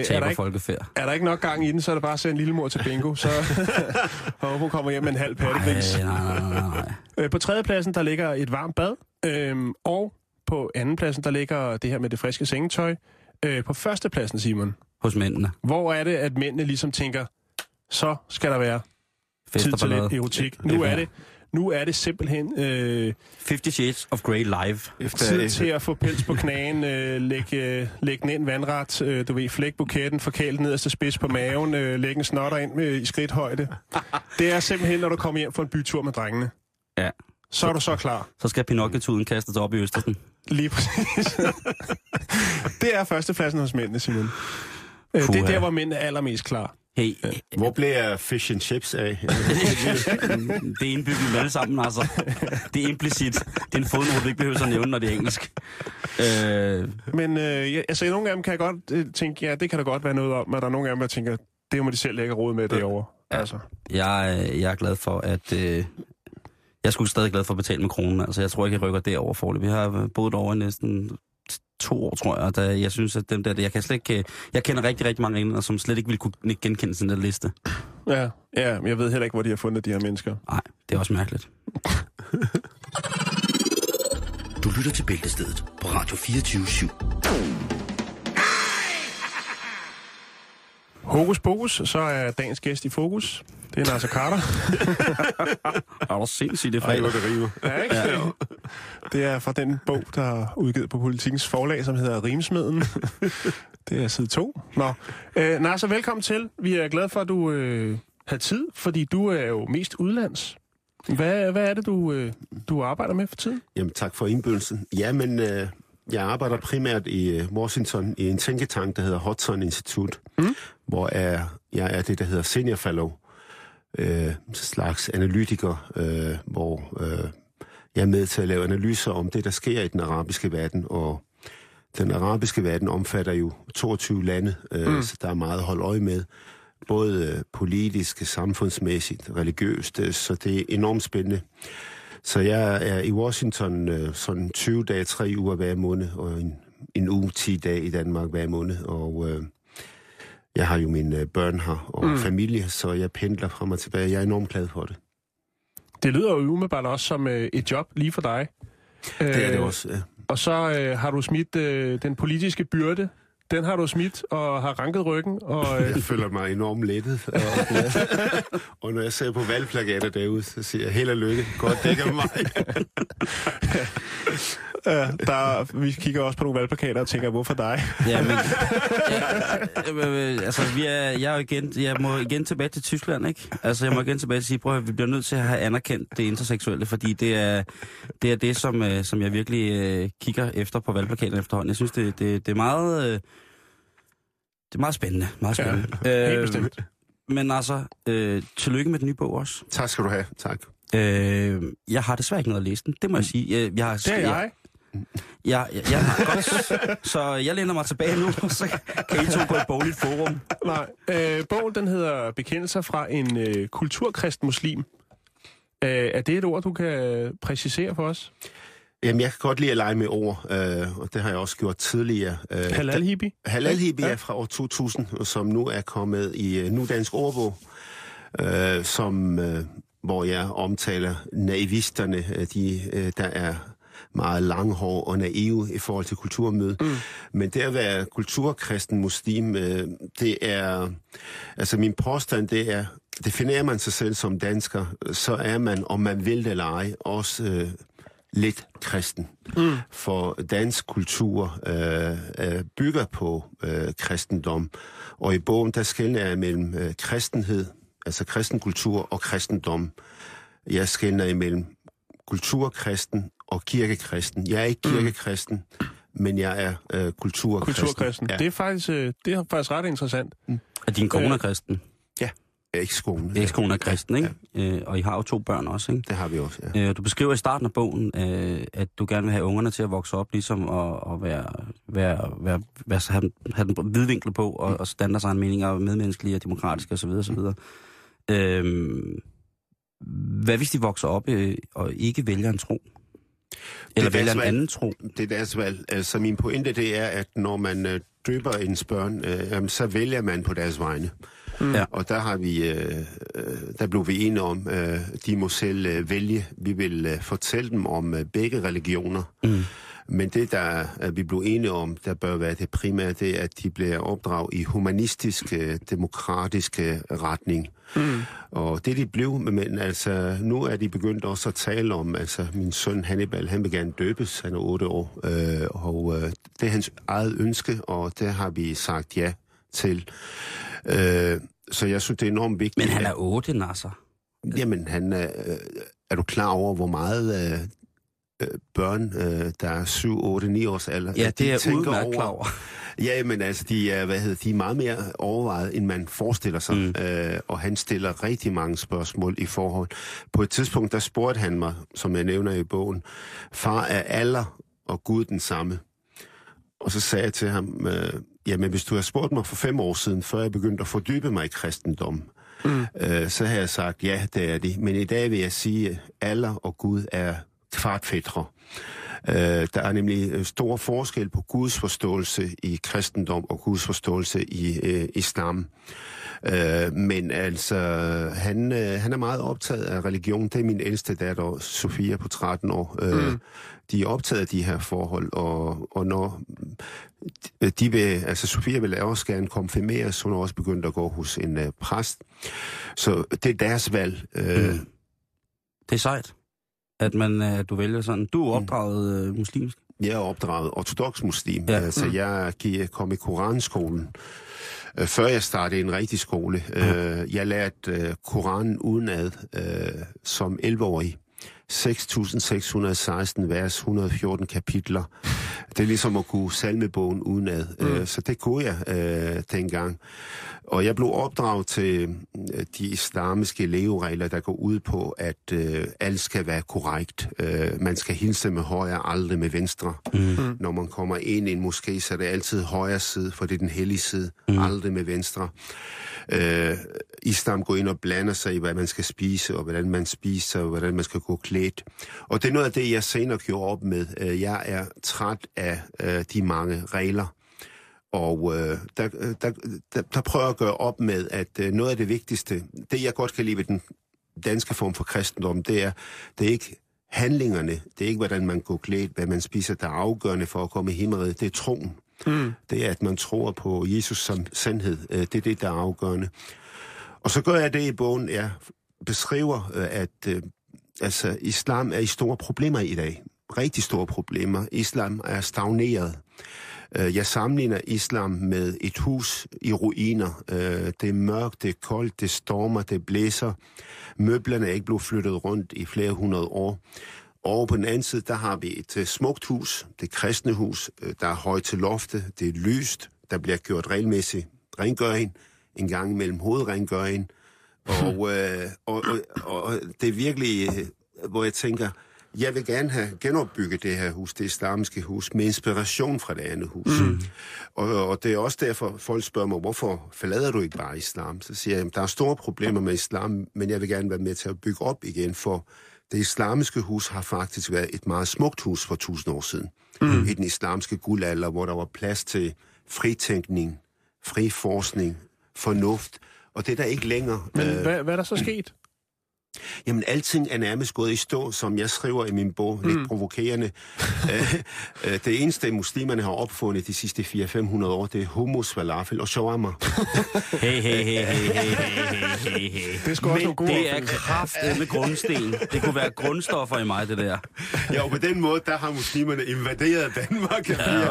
er der ikke nok gang i den, så er det bare at sende en lille mor til bingo, så og hun kommer hjem med en halv pattegris. Nej. På 3. pladsen, der ligger et varmt bad, og på 2. pladsen, der ligger det her med det friske sengetøj. På 1. pladsen, Simon. Hos mændene. Hvor er det, at mændene ligesom tænker, så skal der være tid til lidt erotik. Nu er det simpelthen... 50 Shades of Grey live. Tid til at få pels på knagen, lægge den ind vandret, du ved, flæk buketten, forkæle nederste spids på maven, lægge en snotter ind i skridthøjde. Det er simpelthen, når du kommer hjem for en bytur med drengene. Ja. Så er du så klar. Så skal Pinocchio-tuden kastes op i Østersen. Lige præcis. Det er 1. pladsen hos mændene, Simon. Det er der, hvor mændene er allermest klar. Hey. Hvor bliver fish and chips af? Det er indbygget med alle sammen, altså. Det er implicit. Det er en fodnote, du ikke behøver at nævne, når det er engelsk. Men altså, nogle af dem kan jeg godt tænke, ja, det kan der godt være noget om, men der er nogle af dem, der tænker, det må de selv lægge råd med derovre. Altså. Jeg er glad for, at... jeg er sgu stadig glad for at betale med kronen. Altså, jeg tror ikke, jeg rykker derover forløb. Vi har boet over næsten 2 år, tror jeg, og jeg synes, at dem der, jeg kender rigtig, rigtig mange englænder, som slet ikke ville kunne genkende sådan en liste. Ja, men jeg ved heller ikke, hvor de har fundet de her mennesker. Nej, det er også mærkeligt. Du lytter til Bæltestedet på Radio 24/7. Hokus pokus, så er dagens gæst i fokus. Det er Nasser Carter. Har du sindssygt det fredag? Det rimer. Ja, ikke? Ja. Det er fra den bog, der er udgivet på Politikens forlag, som hedder Rimsmeden. Det er side 2. Nå. Nasser, velkommen til. Vi er glade for, at du har tid, fordi du er jo mest udlands. Hvad er det, du arbejder med for tiden? Jamen, tak for indbydelsen. Jamen, jeg arbejder primært i Washington i en tænketank, der hedder Hudson Institute, hvor jeg er det, der hedder Senior Fellow, slags analytiker, hvor jeg er med til at lave analyser om det, der sker i den arabiske verden, og den arabiske verden omfatter jo 22 lande, så der er meget at holde øje med, både politisk, samfundsmæssigt, religiøst, så det er enormt spændende. Så jeg er i Washington sådan 20 dage, 3 uger hver måned, og en uge, 10 dage i Danmark hver måned, og jeg har jo mine børn her og familie, så jeg pendler frem og tilbage. Jeg er enormt glad for det. Det lyder jo umiddelbart også som et job lige for dig. Det er det også, ja. Og så har du smidt den politiske byrde. Den har du smidt og har ranket ryggen. Og, jeg føler mig enormt lettet. Og når jeg ser på valgplakater derude, så siger jeg, held og lykke. Godt, det er mig. Vi kigger også på nogle valgplakater og tænker, hvorfor dig? Ja, men... altså, jeg må igen tilbage til Tyskland, ikke? Altså, jeg må igen tilbage til at sige, prøv at vi bliver nødt til at have anerkendt det interseksuelle, fordi det er det, som jeg virkelig kigger efter på valgplakaten efterhånden. Jeg synes, det er meget... Det er meget spændende. Meget spændende. Ja, helt bestemt. Men altså, tillykke med den nye bog også. Tak skal du have. Tak. Jeg har desværre ikke noget at læse den. Det må jeg sige. Det er jeg. Jeg har godt. Så jeg læner mig tilbage nu, og så kan I to på et bogligt forum. Nej. Bogen, den hedder Bekendelser fra en kulturkristen muslim. Er det et ord, du kan præcisere for os? Jamen, jeg kan godt lide at lege med ord, og det har jeg også gjort tidligere. Halal-hippie? Halal-hippie er fra år 2000, som nu er kommet i Nudansk Ordbog, hvor jeg omtaler naivisterne, der er meget langhår og naive i forhold til kulturmøde. Men det at være kulturkristen muslim, det er... Altså min påstand, det er... Definerer man sig selv som dansker, så er man, om man vil det eller ej, også lidt kristen. For dansk kultur bygger på kristendom. Og i bogen, der skelner jeg mellem kristenhed, altså kristen kultur og kristendom. Jeg skelner imellem kulturkristen og kirkekristen. Jeg er ikke kirkekristen, men jeg er kulturkristen. Kulturkristen. Ja. Det er faktisk ret interessant. Er din kone kristen? Ja, ekskone. Ekskone er kristen, ikke? Ja. Og I har jo 2 børn også, ikke? Det har vi også, ja. Du beskriver i starten af bogen, at du gerne vil have ungerne til at vokse op, ligesom at have den vidvinklet på, og standards egen meninger, medmenneskelige og demokratiske osv. osv. Hvad hvis de vokser op og ikke vælger en tro? Eller vælger en anden tro? Det er deres valg. Altså min pointe det er, at når man døber ens børn, så vælger man på deres vegne. Ja. Og der blev vi enige om, de må selv vælge. Vi vil fortælle dem om begge religioner. Men det, der vi blev enige om, der bør være det primære, det er, at de bliver opdraget i humanistisk, demokratisk retning. Og det de blev, men altså, nu er de begyndt også at tale om, altså min søn Hannibal, han vil gerne døbes, han er 8 år, og det er hans eget ønske, og det har vi sagt ja til. Så jeg synes, det er enormt vigtigt. Men han er 8, Nasser. Jamen, han er du klar over, hvor meget børn, der er 7, 8, 9 års alder? Ja, det er udmærket klar over. Ja, men altså, de er meget mere overvejet, end man forestiller sig. Og han stiller rigtig mange spørgsmål i forhold. På et tidspunkt, der spurgte han mig, som jeg nævner i bogen, far, er Allah og Gud den samme? Og så sagde jeg til ham, jamen hvis du har spurgt mig for 5 år siden, før jeg begyndte at fordybe mig i kristendom, så har jeg sagt, ja, det er de. Men i dag vil jeg sige, at Allah og Gud er kvartfætre. Der er nemlig stor forskel på Guds forståelse i kristendom og Guds forståelse i islam. Men altså, han er meget optaget af religion. Det er min ældste datter, Sofia, på 13 år. De er optaget af de her forhold, og når de vil, altså Sofia vil også gerne konfirmeres, hun er også begyndt at gå hos en præst. Så det er deres valg. Det er sejt, at du vælger sådan. Du er opdraget muslimsk? Jeg er opdraget ortodox muslim. Ja. Altså, jeg kom i Koranskolen, før jeg startede en rigtig skole. Jeg lærte Koranen udenad som 11-årig. 6.616 vers, 114 kapitler. Det er ligesom at kunne salmebogen udenad. Så det kunne jeg dengang. Og jeg blev opdraget til de islamiske leveregler, der går ud på, at alt skal være korrekt. Man skal hilse med højre, aldrig med venstre. Når man kommer ind i en moské, så er det altid højre side, for det er den hellige side, aldrig med venstre. Islam går ind og blander sig i, hvad man skal spise, og hvordan man spiser, og hvordan man skal gå klædt. Og det er noget af det, jeg senere gjorde op med. Jeg er træt af de mange regler. Og der prøver jeg at gøre op med, at noget af det vigtigste, det jeg godt kan lide ved den danske form for kristendom, det er ikke handlingerne, det er ikke, hvordan man går klædt, hvad man spiser, der er afgørende for at komme i himmeriget, det er troen. Det er, at man tror på Jesus som sandhed. Det er det, der er afgørende. Og så gør jeg det i bogen, jeg beskriver, at altså, islam er i store problemer i dag. Rigtig store problemer. Islam er stagneret. Jeg sammenligner islam med et hus i ruiner. Det er mørkt, det er koldt, det stormer, det blæser. Møblerne er ikke blevet flyttet rundt i flere 100 år. Og på den anden side, der har vi et smukt hus, det kristne hus, der er højt til loftet, det er lyst, der bliver gjort regelmæssigt rengøring, en gang imellem hovedrengøring. Og det er virkelig, hvor jeg tænker, jeg vil gerne have genopbygget det her hus, det islamiske hus, med inspiration fra det andet hus. Og det er også derfor, folk spørger mig, hvorfor forlader du ikke bare islam? Så siger jeg, der er store problemer med islam, men jeg vil gerne være med til at bygge op igen, for Det islamiske hus har faktisk været et meget smukt hus for 1000 år siden. I den islamske guldalder, hvor der var plads til fritænkning, fri forskning, fornuft, og det er der ikke længere. Men hvad er der så sket? Jamen, alting er nærmest gået i stå, som jeg skriver i min bog, lidt provokerende. Det eneste, muslimerne har opfundet de sidste 400-500 år, det er hummus, falafel og shawarma. Hey. Det skal også gode det er kraftet med grundsten. Det kunne være grundstoffer i mig, det der. Ja, og på den måde, der har muslimerne invaderet Danmark.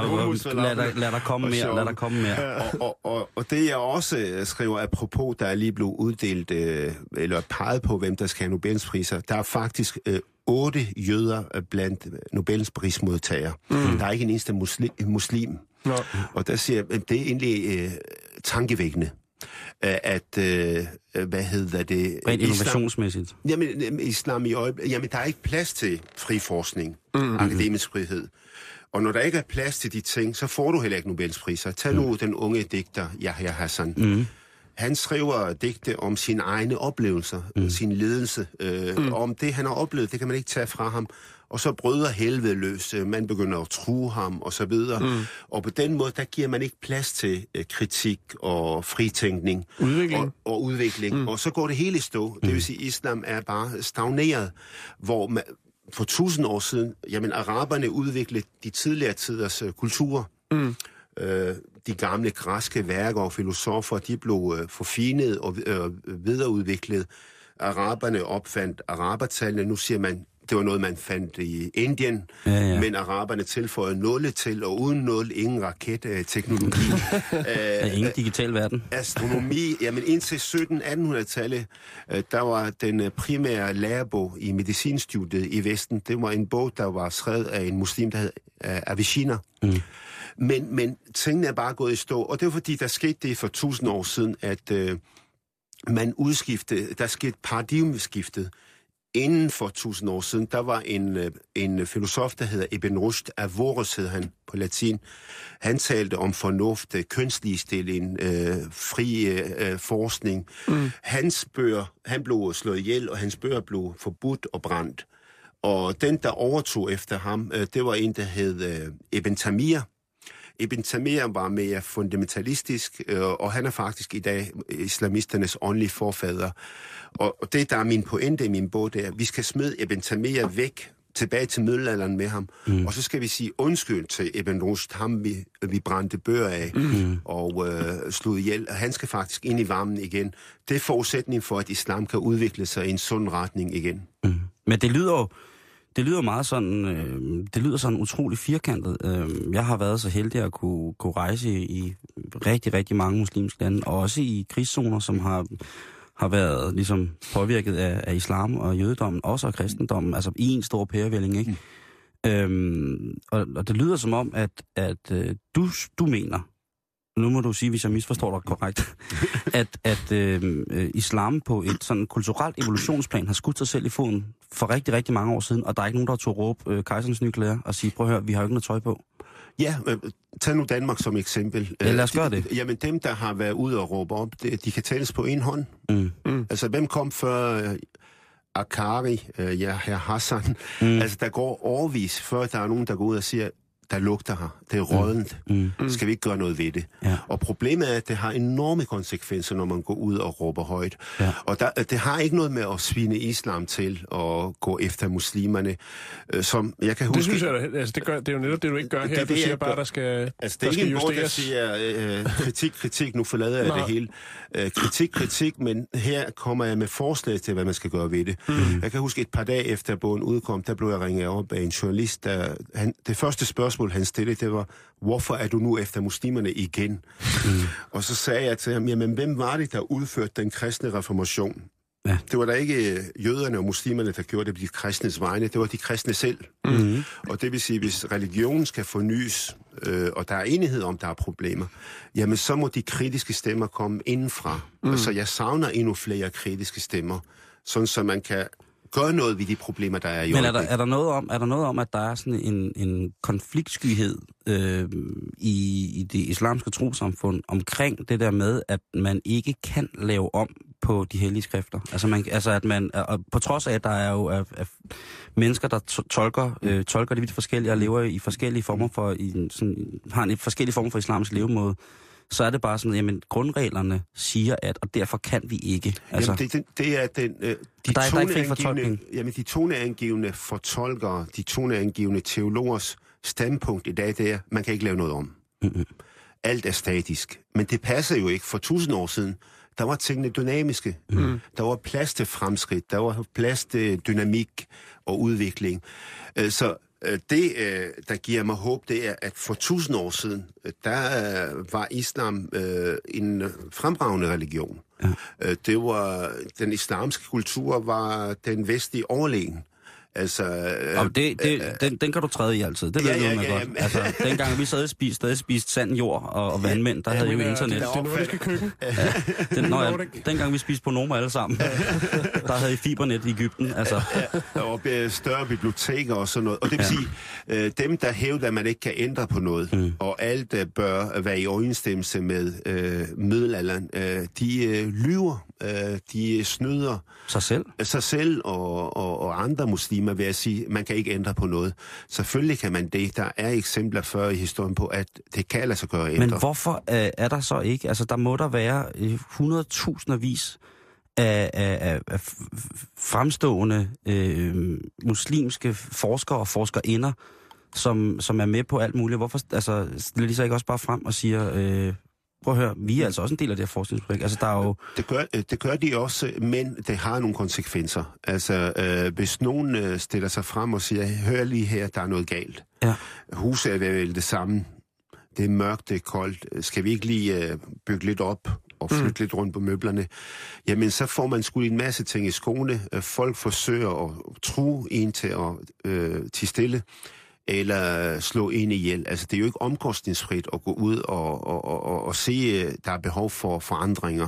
Lad der komme mere. Og det jeg også skriver, apropos, der er lige blevet uddelt, eller peget på, hvem der skal have Nobelspriser. Der er faktisk 8 jøder blandt Nobelprismodtagere. Der er ikke en eneste muslim. Nå. Og der siger jeg, det er egentlig tankevækkende, at, hvad hedder det? Rent innovationsmæssigt. Jamen, islam i øjeblikket, jamen, der er ikke plads til fri forskning, akademisk frihed. Og når der ikke er plads til de ting, så får du heller ikke Nobelspriser. Tag nu den unge digter, Yahya Hassan. Han skriver digte om sine egne oplevelser, sin ledelse. Om det, han har oplevet, det kan man ikke tage fra ham. Og så bryder helvede løs. Man begynder at true ham, og så videre. Og på den måde, der giver man ikke plads til kritik og fritænkning. Udvikling. Og udvikling. Og så går det hele i stå. Det vil sige, at islam er bare stagneret, hvor man, for 1000 år siden, jamen araberne udviklede de tidligere tiders kulturer. De gamle græske værker og filosofer, de blev forfinet og videreudviklet. Araberne opfandt arabertallene. Nu siger man, det var noget, man fandt i Indien, men araberne tilføjede 0 til, og uden 0, ingen raketteknologi. Ingen digital verden. Astronomi, jamen indtil 1700-1800-tallet, der var den primære lærebog i medicinstudiet i Vesten. Det var en bog, der var skrevet af en muslim, der hed Avicenna. Men tingene er bare gået i stå, og det var fordi, der skete det for 1000 år siden, at man udskiftede, der skete paradigmeskiftet. Inden for 1000 år siden, der var en filosof, der hedder Ibn Rushd, Averroes hed han på latin. Han talte om fornuft, kønsligestilling, fri forskning. Hans bøger, han blev slået ihjel, og hans bøger blev forbudt og brændt. Og den, der overtog efter ham, det var en, der hed Ibn Taymiyyah. Ibn Taymiyyah var mere fundamentalistisk, og han er faktisk i dag islamisternes åndelige forfader. Og det, der er min pointe i min bog, det er, at vi skal smide Ibn Taymiyyah væk, tilbage til middelalderen med ham, og så skal vi sige undskyld til Ibn Rushd, ham vi brændte bøger af og slog ihjel. Han skal faktisk ind i varmen igen. Det er forudsætning for, at islam kan udvikle sig i en sund retning igen. Men det lyder meget sådan, det lyder sådan utrolig firkantet. Jeg har været så heldig at kunne rejse i rigtig, rigtig mange muslimske lande, og også i krigszoner, som har været ligesom påvirket af islam og jødedommen, også af kristendommen, altså i en stor pærevælling, ikke? Og det lyder som om, at du mener, nu må du sige, hvis jeg misforstår dig korrekt, at islam på et sådan kulturelt evolutionsplan har skudt sig selv i foden for rigtig, rigtig mange år siden, og der er ikke nogen, der tog råbe kejserens nye klæder og sige, prøv at høre, vi har jo ikke noget tøj på. Ja, tag nu Danmark som eksempel. Ja, lad os gøre det. Jamen dem, der har været ude og råbe op, de kan tælles på en hånd. Altså, hvem kom før Akari, Yahya Hassan? Altså, der går årevis, før der er nogen, der går ud og siger, der lugter her. Det er rådent. Skal vi ikke gøre noget ved det? Ja. Og problemet er, at det har enorme konsekvenser, når man går ud og råber højt. Ja. Og det har ikke noget med at svine islam til og gå efter muslimerne. Som jeg kan huske... Det synes jeg, altså det er jo netop det, du ikke gør her. Du siger bare, der skal altså, det er ikke en bog, der siger kritik, nu forlader jeg det hele. Kritik, men her kommer jeg med forslag til, hvad man skal gøre ved det. Jeg kan huske et par dage efter bogen udkom, der blev jeg ringet op af en journalist, det første spørgsmål, han stillede, det var, hvorfor er du nu efter muslimerne igen? Og så sagde jeg til ham, jamen hvem var det, der udførte den kristne reformation? Ja. Det var da ikke jøderne og muslimerne, der gjorde det på de kristnes vegne, det var de kristne selv. Og det vil sige, hvis religionen skal fornyes, og der er enighed om, der er problemer, jamen så må de kritiske stemmer komme indenfra. Så jeg savner endnu flere kritiske stemmer, sådan så man kan gøre noget ved de problemer, der er i øjeblikket. Men er der noget om, at der er sådan en konfliktskyhed i det islamske trossamfund omkring det der med, at man ikke kan lave om på de hellige skrifter. På trods af, at der er jo mennesker, der tolker det vidt forskellige og lever i forskellige former for, har en forskellige former for islamisk levemåde, så er det bare sådan, jamen grundreglerne siger og derfor kan vi ikke. Altså, jamen, det er den... de toneangivende fortolkere, de toneangivende teologers standpunkt i dag, det er, man kan ikke lave noget om. Mm-hmm. Alt er statisk. Men det passer jo ikke. For 1000 år siden, der var tingene dynamiske. Mm. Der var plads til fremskridt. Der var plads til dynamik og udvikling. Så det, der giver mig håb, det er, at for 1000 år siden, der var islam en fremragende religion. Ja. Den islamske kultur var den vestlige overlegen. Altså, den kan du træde i altid. Det ved du godt. Altså, dengang vi stadig spiste sand, jord og vandmænd, der havde jo internet. Det nordiske køkken. Dengang vi spiste på Noma alle sammen, der havde I fibernet i Egypten. Altså. Der var større biblioteker og sådan noget. Og det vil sige, dem der hævder, at man ikke kan ændre på noget, og alt bør være i overensstemmelse med middelalderen, de lyver, de snyder sig selv og andre muslimer ved at sige, man kan ikke ændre på noget. Selvfølgelig kan man det. Der er eksempler før i historien på, at det kan lade sig gøre at ændre. Men hvorfor er der så ikke? Altså, der må der være 100.000'ervis af fremstående muslimske forskere og forskerinder, som er med på alt muligt. Hvorfor stiller de så ikke også bare frem og siger... Prøv at høre, vi er altså også en del af det her forskningsprojekt. Altså, der er jo... Det gør de også, men det har nogle konsekvenser. Altså, hvis nogen stiller sig frem og siger, hør lige her, der er noget galt. Ja. Huset er vel det samme. Det er mørkt, det er koldt. Skal vi ikke lige bygge lidt op og flytte lidt rundt på møblerne? Jamen, så får man sgu en masse ting i skoene. Folk forsøger at true en til at tie stille, eller slå en ihjel. Altså, det er jo ikke omkostningsfrit at gå ud og se, der er behov for forandringer.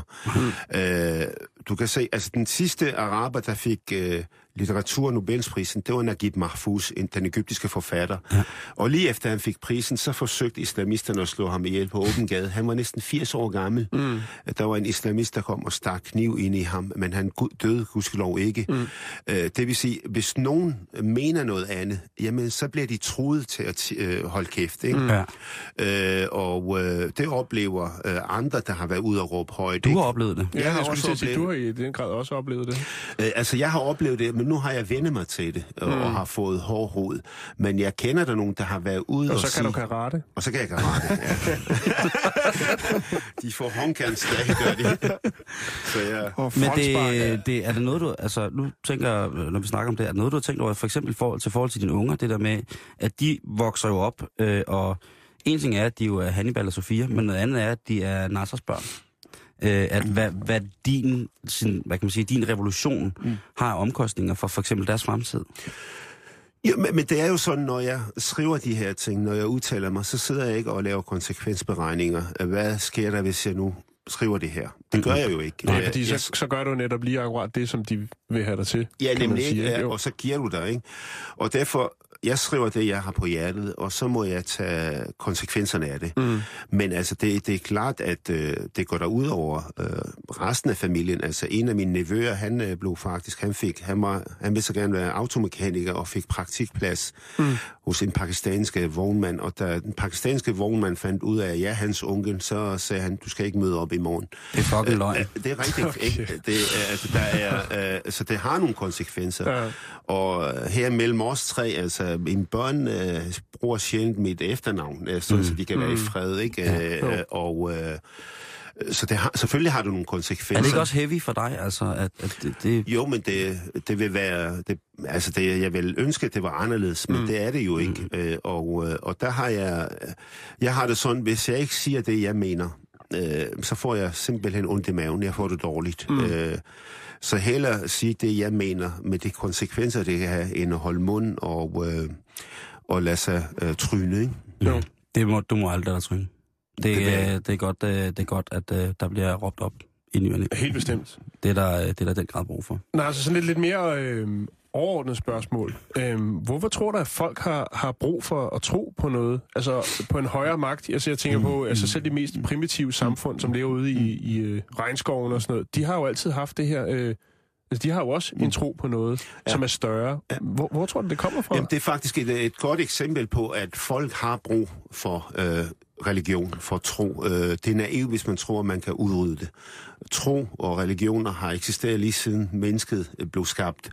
Du kan se, altså den sidste araber, der fik litteratur-Nobelsprisen, det var Naguib Mahfouz, den egyptiske forfatter. Ja. Og lige efter han fik prisen, så forsøgte islamisterne at slå ham ihjel på åben gade. Han var næsten 80 år gammel. Der var en islamist, der kom og stak kniv ind i ham, men han døde gudskelov ikke. Det vil sige, hvis nogen mener noget andet, jamen så bliver de truet til at holde kæft. Ikke? Det oplever andre, der har været ude og råbe højt. Du har oplevet det. Jeg har også oplevet det. Du har i den grad også oplevet det. Altså, jeg har oplevet det, men nu har jeg vendt mig til det, og har fået hård hoved. Men jeg kender der nogen, der har været ude og så kan du karate. Og så kan jeg karate, ja. De får håndkærnsdag, gør de. Så jeg... Men er det noget, du... Altså, nu tænker jeg, når vi snakker om det, er det noget, du har tænkt over, for eksempel forhold til dine unger, det der med, at de vokser jo op, og en ting er, at de jo er Hannibal og Sofia, men noget andet er, at de er Nassers børn. Hvad din revolution har omkostninger for eksempel deres fremtid? Ja, men det er jo sådan, når jeg skriver de her ting, når jeg udtaler mig, så sidder jeg ikke og laver konsekvensberegninger. Hvad sker der, hvis jeg nu skriver det her? Det gør jeg jo ikke. Nej, fordi så gør du netop lige akkurat det, som de vil have dig til. Ja, nemlig ikke, og så giver du dig, ikke? Og derfor... Jeg skriver det, jeg har på hjertet, og så må jeg tage konsekvenserne af det. Men altså, det er klart, at det går der ud over resten af familien. Altså, en af mine nevøer, han blev faktisk, han ville så gerne være automekaniker og fik praktikplads hos en pakistanske vognmand. Og da den pakistanske vognmand fandt ud af, at jeg er hans onkel, så sagde han, du skal ikke møde op i morgen. Det er fucking løgn. Det er rigtigt. Okay. Så det har nogle konsekvenser. Ja. Og her mellem os tre, altså, mine børn bruger sjældent mit efternavn, så de kan være i fred, ikke? Så selvfølgelig har det nogle konsekvenser. Er det ikke også heavy for dig, altså? Det... Jo, men det vil være... jeg vil ønske, at det var anderledes, men det er det jo ikke. Og der har jeg har det sådan, hvis jeg ikke siger det, jeg mener, så får jeg simpelthen ondt i maven. Jeg får det dårligt. Så hellere sige det, jeg mener, med de konsekvenser, det kan have, end at holde mund og lade sig tryne, ikke? Jo. Du må aldrig lade dig tryne. Det er godt, at der bliver råbt op i nyerne. Helt bestemt. Det er der den grad brug for. Nej, altså sådan lidt mere overordnet spørgsmål. Hvorfor tror du, at folk har brug for at tro på noget? Altså på en højere magt? Altså jeg tænker på, altså selv de mest primitive samfund, som lever ude i regnskoven og sådan noget, de har jo altid haft det her... de har jo også en tro på noget, som er større. Hvor tror du, det kommer fra? Jamen, det er faktisk et godt eksempel på, at folk har brug for religion, for tro. Det er naivt, hvis man tror, at man kan udrydde det. Tro og religioner har eksisteret lige siden mennesket blev skabt.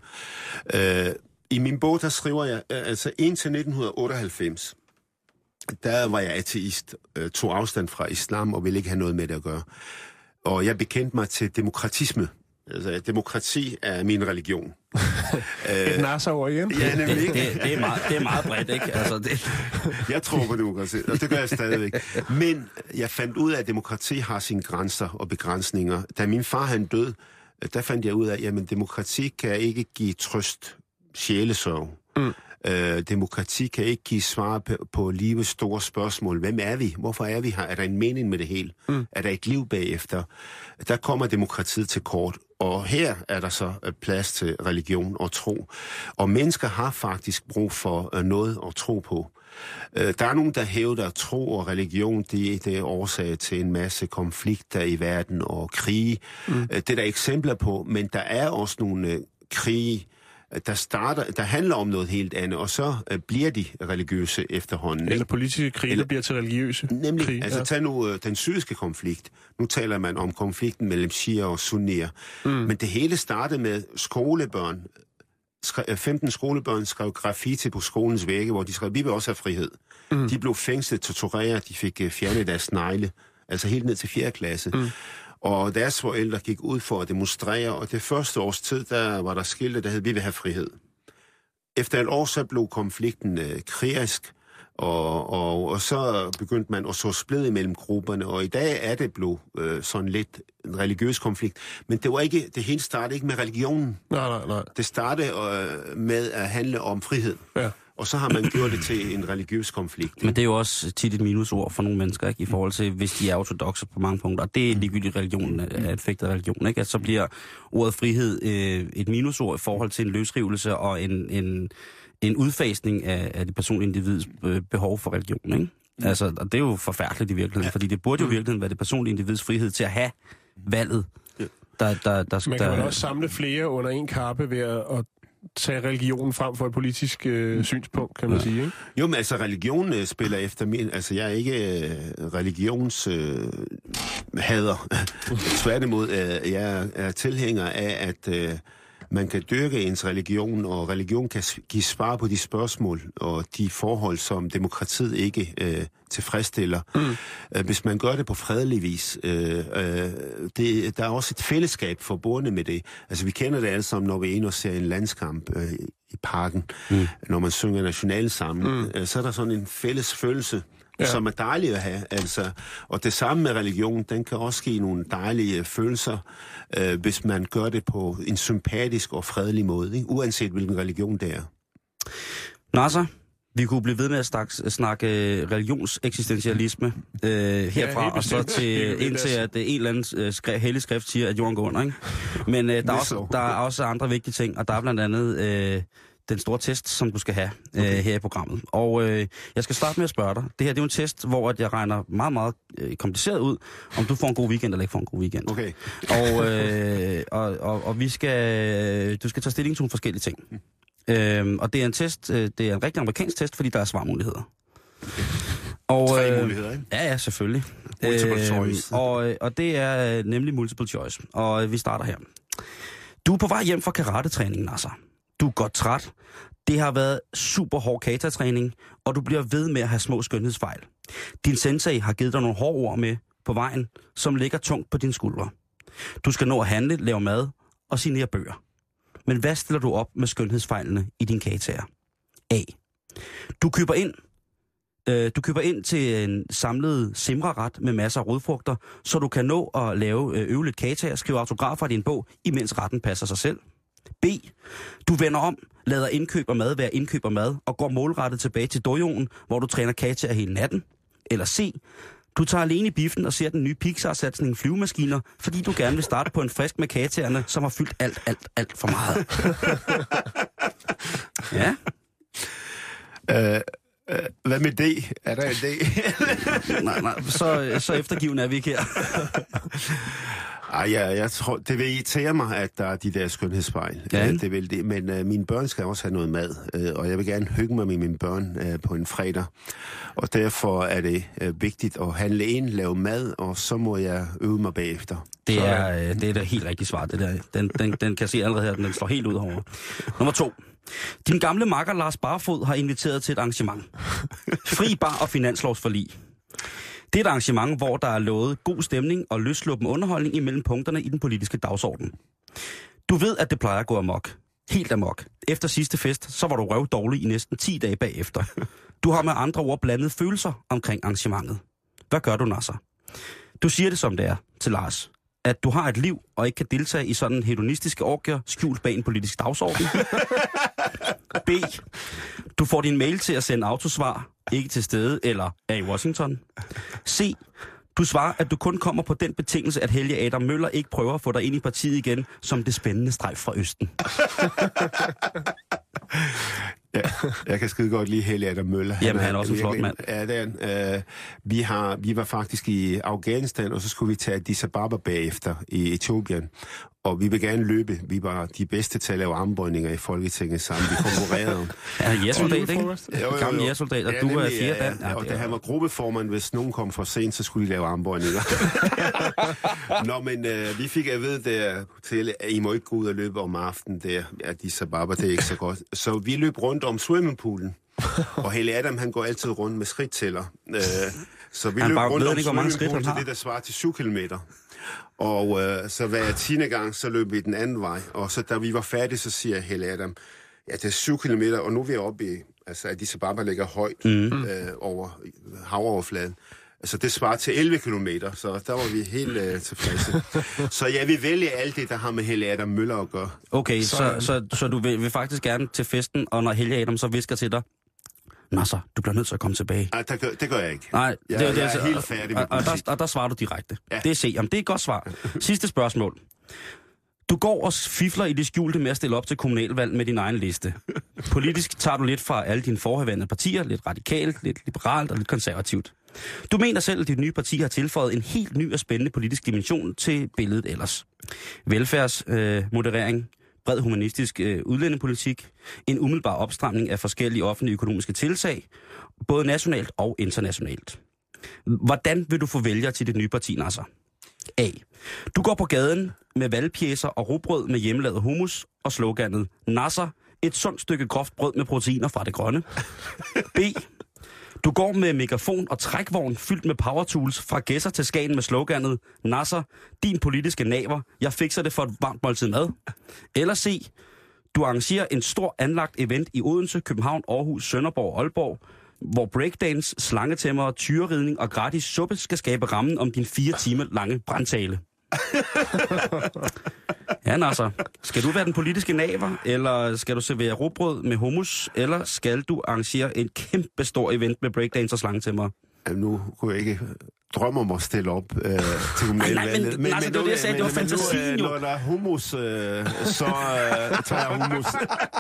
I min bog, der skriver jeg, altså indtil 1998, der var jeg ateist, tog afstand fra islam og ville ikke have noget med det at gøre. Og jeg bekendte mig til demokratisme. Altså, demokrati er min religion. Et narseord igen? Ja, nemlig. Det er meget bredt, ikke? Altså, det... Jeg tror på demokrati, og det gør jeg stadigvæk. Men jeg fandt ud af, at demokrati har sine grænser og begrænsninger. Da min far han døde, der fandt jeg ud af, at demokrati kan ikke give trøst, sjælesørg. Demokrati kan ikke give svar på livets store spørgsmål. Hvem er vi? Hvorfor er vi her? Er der en mening med det hele? Er der et liv bagefter? Der kommer demokratiet til kort. Og her er der så plads til religion og tro. Og mennesker har faktisk brug for noget at tro på. Der er nogen, der hævder, at tro og religion, det er årsag til en masse konflikter i verden og krige. Det er der eksempler på, men der er også nogle krige, der handler om noget helt andet, og så bliver de religiøse efterhånden. Eller politiske krige, der bliver til religiøse nemlig, krige. Altså tag nu den syriske konflikt. Nu taler man om konflikten mellem shia og sunnier. Men det hele startede med skolebørn. 15 skolebørn skrev graffiti på skolens vægge, hvor de skrev, vi vil også have frihed. De blev fængslet, tortureret, de fik fjernet deres negle, altså helt ned til 4. klasse. Og deres forældre gik ud for at demonstrere, og det første års tid, der var der skilte, der hed, vi vil have frihed. Efter et år, så blev konflikten krigerisk, og så begyndte man at så splid mellem grupperne, og i dag er det blevet sådan lidt en religiøs konflikt. Men det hele startede ikke med religionen. Nej. Det startede med at handle om frihed. Ja. Og så har man gjort det til en religiøs konflikt. Men det er jo også tit et minusord for nogle mennesker, ikke? I forhold til, hvis de er ortodokse på mange punkter. Og det er ligegyldigt religion, affektet religion, ikke? At så bliver ordet frihed et minusord i forhold til en løsrivelse og en udfasning af det personlige individs behov for religion, ikke? Altså, og det er jo forfærdeligt i virkeligheden, fordi det burde jo i virkeligheden være det personlige individs frihed til at have valget. Man kan også samle flere under en kappe ved at tage religionen frem for et politisk synspunkt, kan man sige, ikke? Jo, men altså religionen spiller efter min... Altså jeg er ikke religionshader. Tværtimod, jeg er tilhænger af, at man kan dyrke ens religion, og religion kan give svar på de spørgsmål og de forhold, som demokratiet ikke tilfredsstiller. Hvis man gør det på fredelig vis. Der er også et fællesskab forbundet med det. Altså vi kender det alle sammen, når vi er inde og ser en landskamp i parken, når man synger nationalsangen. Så er der sådan en fælles følelse, som er dejligt at have. Altså. Og det samme med religion, den kan også give nogle dejlige følelser, hvis man gør det på en sympatisk og fredelig måde, ikke? Uanset hvilken religion det er. Nasser, vi kunne blive ved med at snakke religionseksistentialisme herfra, og så til indtil at en eller anden hellig skrift siger, at jorden går under, ikke? Men der er også andre vigtige ting, og der er blandt andet den store test, som du skal have her i programmet. Og jeg skal starte med at spørge dig. Det her det er jo en test, hvor jeg regner meget, meget kompliceret ud, om du får en god weekend eller ikke får en god weekend. Okay. Og du skal tage stilling til nogle forskellige ting. Og det er en test, det er en rigtig amerikansk test, fordi der er svarmuligheder. Og, 3 muligheder, ikke? Ja, selvfølgelig. Multiple choice. Og det er nemlig multiple choice. Og vi starter her. Du er på vej hjem fra karate-træningen, Nasser. Du er godt træt. Det har været super hård kata-træning, og du bliver ved med at have små skønhedsfejl. Din sensei har givet dig nogle hårde ord med på vejen, som ligger tungt på dine skuldre. Du skal nå at handle, lave mad og signere bøger. Men hvad stiller du op med skønhedsfejlene i din kataer? A. Du køber ind til en samlet simreret med masser af rodfrugter, så du kan nå at øve lidt kataer, skrive autografer i din bog, imens retten passer sig selv. B. Du vender om, lader indkøb af mad være indkøb af mad, og går målrettet tilbage til dojoen, hvor du træner kataer hele natten. Eller C. Du tager alene i biffen og ser den nye Pixar-satsning Flyvemaskiner, fordi du gerne vil starte på en frisk med kataerne, som har fyldt alt for meget. Ja. Hvad med det? Er der en det? nej, så eftergivende er vi ikke her. Ej, jeg tror, det vil irritere mig, at der er de der skønhedsspejl. Ja. Det vil det. Men mine børn skal også have noget mad, og jeg vil gerne hygge mig med mine børn på en fredag. Og derfor er det vigtigt at handle ind, lave mad, og så må jeg øve mig bagefter. Det er da helt rigtigt svar, det der. Den kan jeg se allerede her, den slår helt ud herovre. Nummer 2. Din gamle makker Lars Barfod har inviteret til et arrangement. Fri bar og finanslovsforlig. Det er et arrangement, hvor der er lovet god stemning og løssluppen underholdning imellem punkterne i den politiske dagsorden. Du ved, at det plejer at gå amok. Helt amok. Efter sidste fest, så var du røvdårlig i næsten 10 dage bagefter. Du har med andre ord blandet følelser omkring arrangementet. Hvad gør du, Nasser? Du siger det som det er til Lars. At du har et liv og ikke kan deltage i sådan hedonistiske orgier skjult bag en politisk dagsorden. B. Du får din mail til at sende autosvar, ikke til stede eller er i Washington. C. Du svarer, at du kun kommer på den betingelse, at Helge Adam Møller ikke prøver at få dig ind i partiet igen som det spændende strejf fra Østen. Ja, jeg kan skide godt lide Helge Adam Møller. Jamen, han er også en flot mand. Ja, det er vi var faktisk i Afghanistan, og så skulle vi tage Addis Ababa bagefter i Etiopien. Og vi vil gerne løbe. Vi var de bedste til at lave armbøjninger i Folketinget sammen. Vi konkurrerede. Ja, jægersoldat, ikke? Gamle jægersoldat, og du er 4 dan. Ja, og da han var gruppeformand, hvis nogen kom for sent, så skulle de lave armbøjninger. Nå, men vi fik at vide der til, at I må ikke gå ud og løbe om aftenen der. Addis Ababa, det er ikke så godt. Så vi løb rundt om swimmingpoolen. Og Helge Adam, han går altid rundt med skridttæller. Så vi løb rundt om swimmingpoolen til det, der svarer til 7 kilometer. Og så hver 10. gang, så løb vi den anden vej. Og så da vi var færdige, så siger Helge Adam, ja, det er 7 kilometer, og nu er vi oppe i, altså Addis Ababa ligger højt over havoverfladen. Altså det svarer til 11 kilometer, så der var vi helt tilfredse. Så jeg vil vælge alt det, der har med Helge Adam Møller at gøre. Okay, så du vil faktisk gerne til festen, og når Helge Adam så visker til dig, Nasser, du bliver nødt til at komme tilbage. Nej, det gør jeg ikke. Nej, jeg er helt færdig med politik. Og der svarer du direkte. Ja. Det er C. Jamen, det er et godt svar. Sidste spørgsmål. Du går og fifler i det skjulte med at stille op til kommunalvalg med din egen liste. Politisk tager du lidt fra alle dine forhenværende partier, lidt radikalt, lidt liberalt og lidt konservativt. Du mener selv, at dit nye parti har tilføjet en helt ny og spændende politisk dimension til billedet ellers. Velfærdsmoderering, bred humanistisk udlændingepolitik, en umiddelbar opstramning af forskellige offentlige økonomiske tiltag, både nationalt og internationalt. Hvordan vil du få vælgere til dit nye parti, Nasser? A. Du går på gaden med valgpjæser og rugbrød med hjemmelavet hummus og sloganet Nasser, et sundt stykke groft brød med proteiner fra det grønne. B. Du går med megafon og trækvogn fyldt med powertools fra Gæsser til Skagen med sloganet Nasser, din politiske naver, jeg fikser det for et varmt måltid mad. Eller C. Du arrangerer en stor anlagt event i Odense, København, Aarhus, Sønderborg og Aalborg, hvor breakdance, slangetæmmer, tyreridning og gratis suppe skal skabe rammen om din 4 timer lange brandtale. Ja, Nasser. Skal du være den politiske naver, eller skal du servere rugbrød med hummus, eller skal du arrangere en kæmpe stor event med breakdance og slangetæmmer? Nu kunne jeg ikke drømme om at stille op til kommunalvalget. Men altså, det var det, jeg sagde, det var fantasien jo. Når der er hummus, så tager jeg hummus.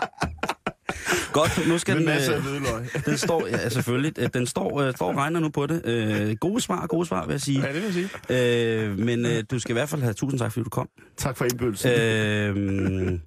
Godt, nu skal den... masser af hvidløg. Den står, ja, selvfølgelig. Den står og regner nu på det. Gode svar, vil jeg sige. Ja, det vil jeg sige. Men du skal i hvert fald have 1000 tak, fordi du kom. Tak for indbydelsen.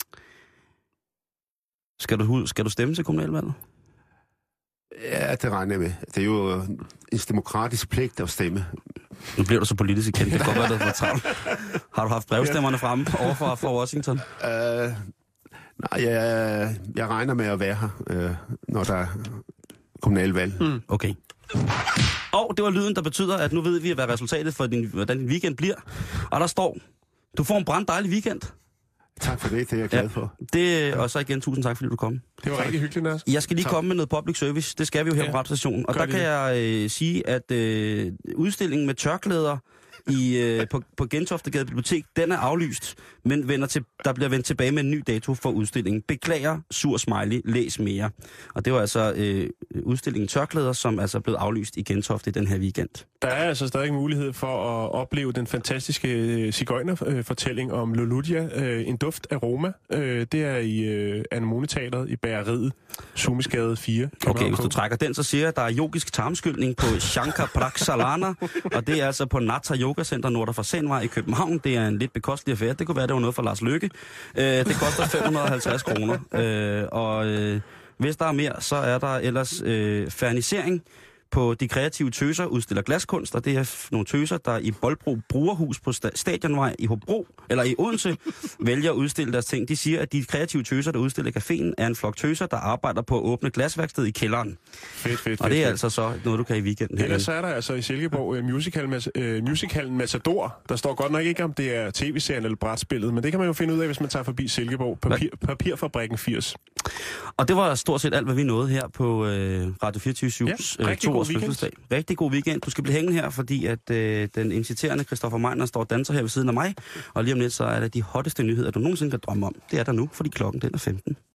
Skal du stemme til kommunalvalget? Ja, det regner jeg med. Det er jo en demokratisk pligt at stemme. Nu bliver du så politisk kendt. Det kan godt være, det er for travlt. Har du haft brevstemmerne fremme overfor fra Washington? Nej, jeg regner med at være her, når der er kommunalvalg. Okay. Og det var lyden, der betyder, at nu ved vi, hvad resultatet for hvordan din weekend bliver. Og der står, du får en branddejlig weekend. Tak for det er jeg glad for. Og så igen, 1000 tak, fordi du kom. Det var rigtig hyggeligt, Nas. Jeg skal lige komme med noget public service. Det skal vi jo her på radiostationen. Og der kan jeg sige, at udstillingen med tørklæder på Gentoftegade Bibliotek, den er aflyst, men der bliver vendt tilbage med en ny dato for udstillingen. Beklager, sur smiley, læs mere. Og det var altså udstillingen tørklæder, som altså er blevet aflyst i Gentofte den her weekend. Der er altså stadig mulighed for at opleve den fantastiske sigøjnerfortælling om Loludia, en duft aroma. Det er i Anemoneteatret i Bageriet, Sumisgade 4. Okay, hvis du trækker den, så siger jeg, at der er yogisk tarmskyldning på Shankar Praksalana, og det er altså på Nata Yoga Center Nordre for Sandvej i København. Det er en lidt bekostelig affære. Det kunne være, det var noget for Lars Løkke. Det koster 550 kroner. Hvis der er mere, så er der ellers fernisering på De Kreative Tøser udstiller glaskunst, og det er nogle tøser, der i Boldbro Brugerhus på Stadionvej i Hobro, eller i Odense, vælger at udstille deres ting. De siger, at De Kreative Tøser, der udstiller caféen, er en flok tøser, der arbejder på at åbne glasværksted i kælderen. Fedt. Og det er altså så noget, du kan i weekenden. Ellers er der altså i Silkeborg musicalen Matador. Der står godt nok ikke, om det er tv-serien eller brætspillet, men det kan man jo finde ud af, hvis man tager forbi Silkeborg. Papirfabrikken 80. Og det var stort set alt, hvad vi nåede her på Radio 24/7's 2 års fødselsdag. Rigtig god weekend. Du skal blive hængende her, fordi at den inciterende Christoffer Meiner står og danser her ved siden af mig. Og lige om lidt, så er det de hotteste nyheder, du nogensinde kan drømme om. Det er der nu, fordi klokken den er 15.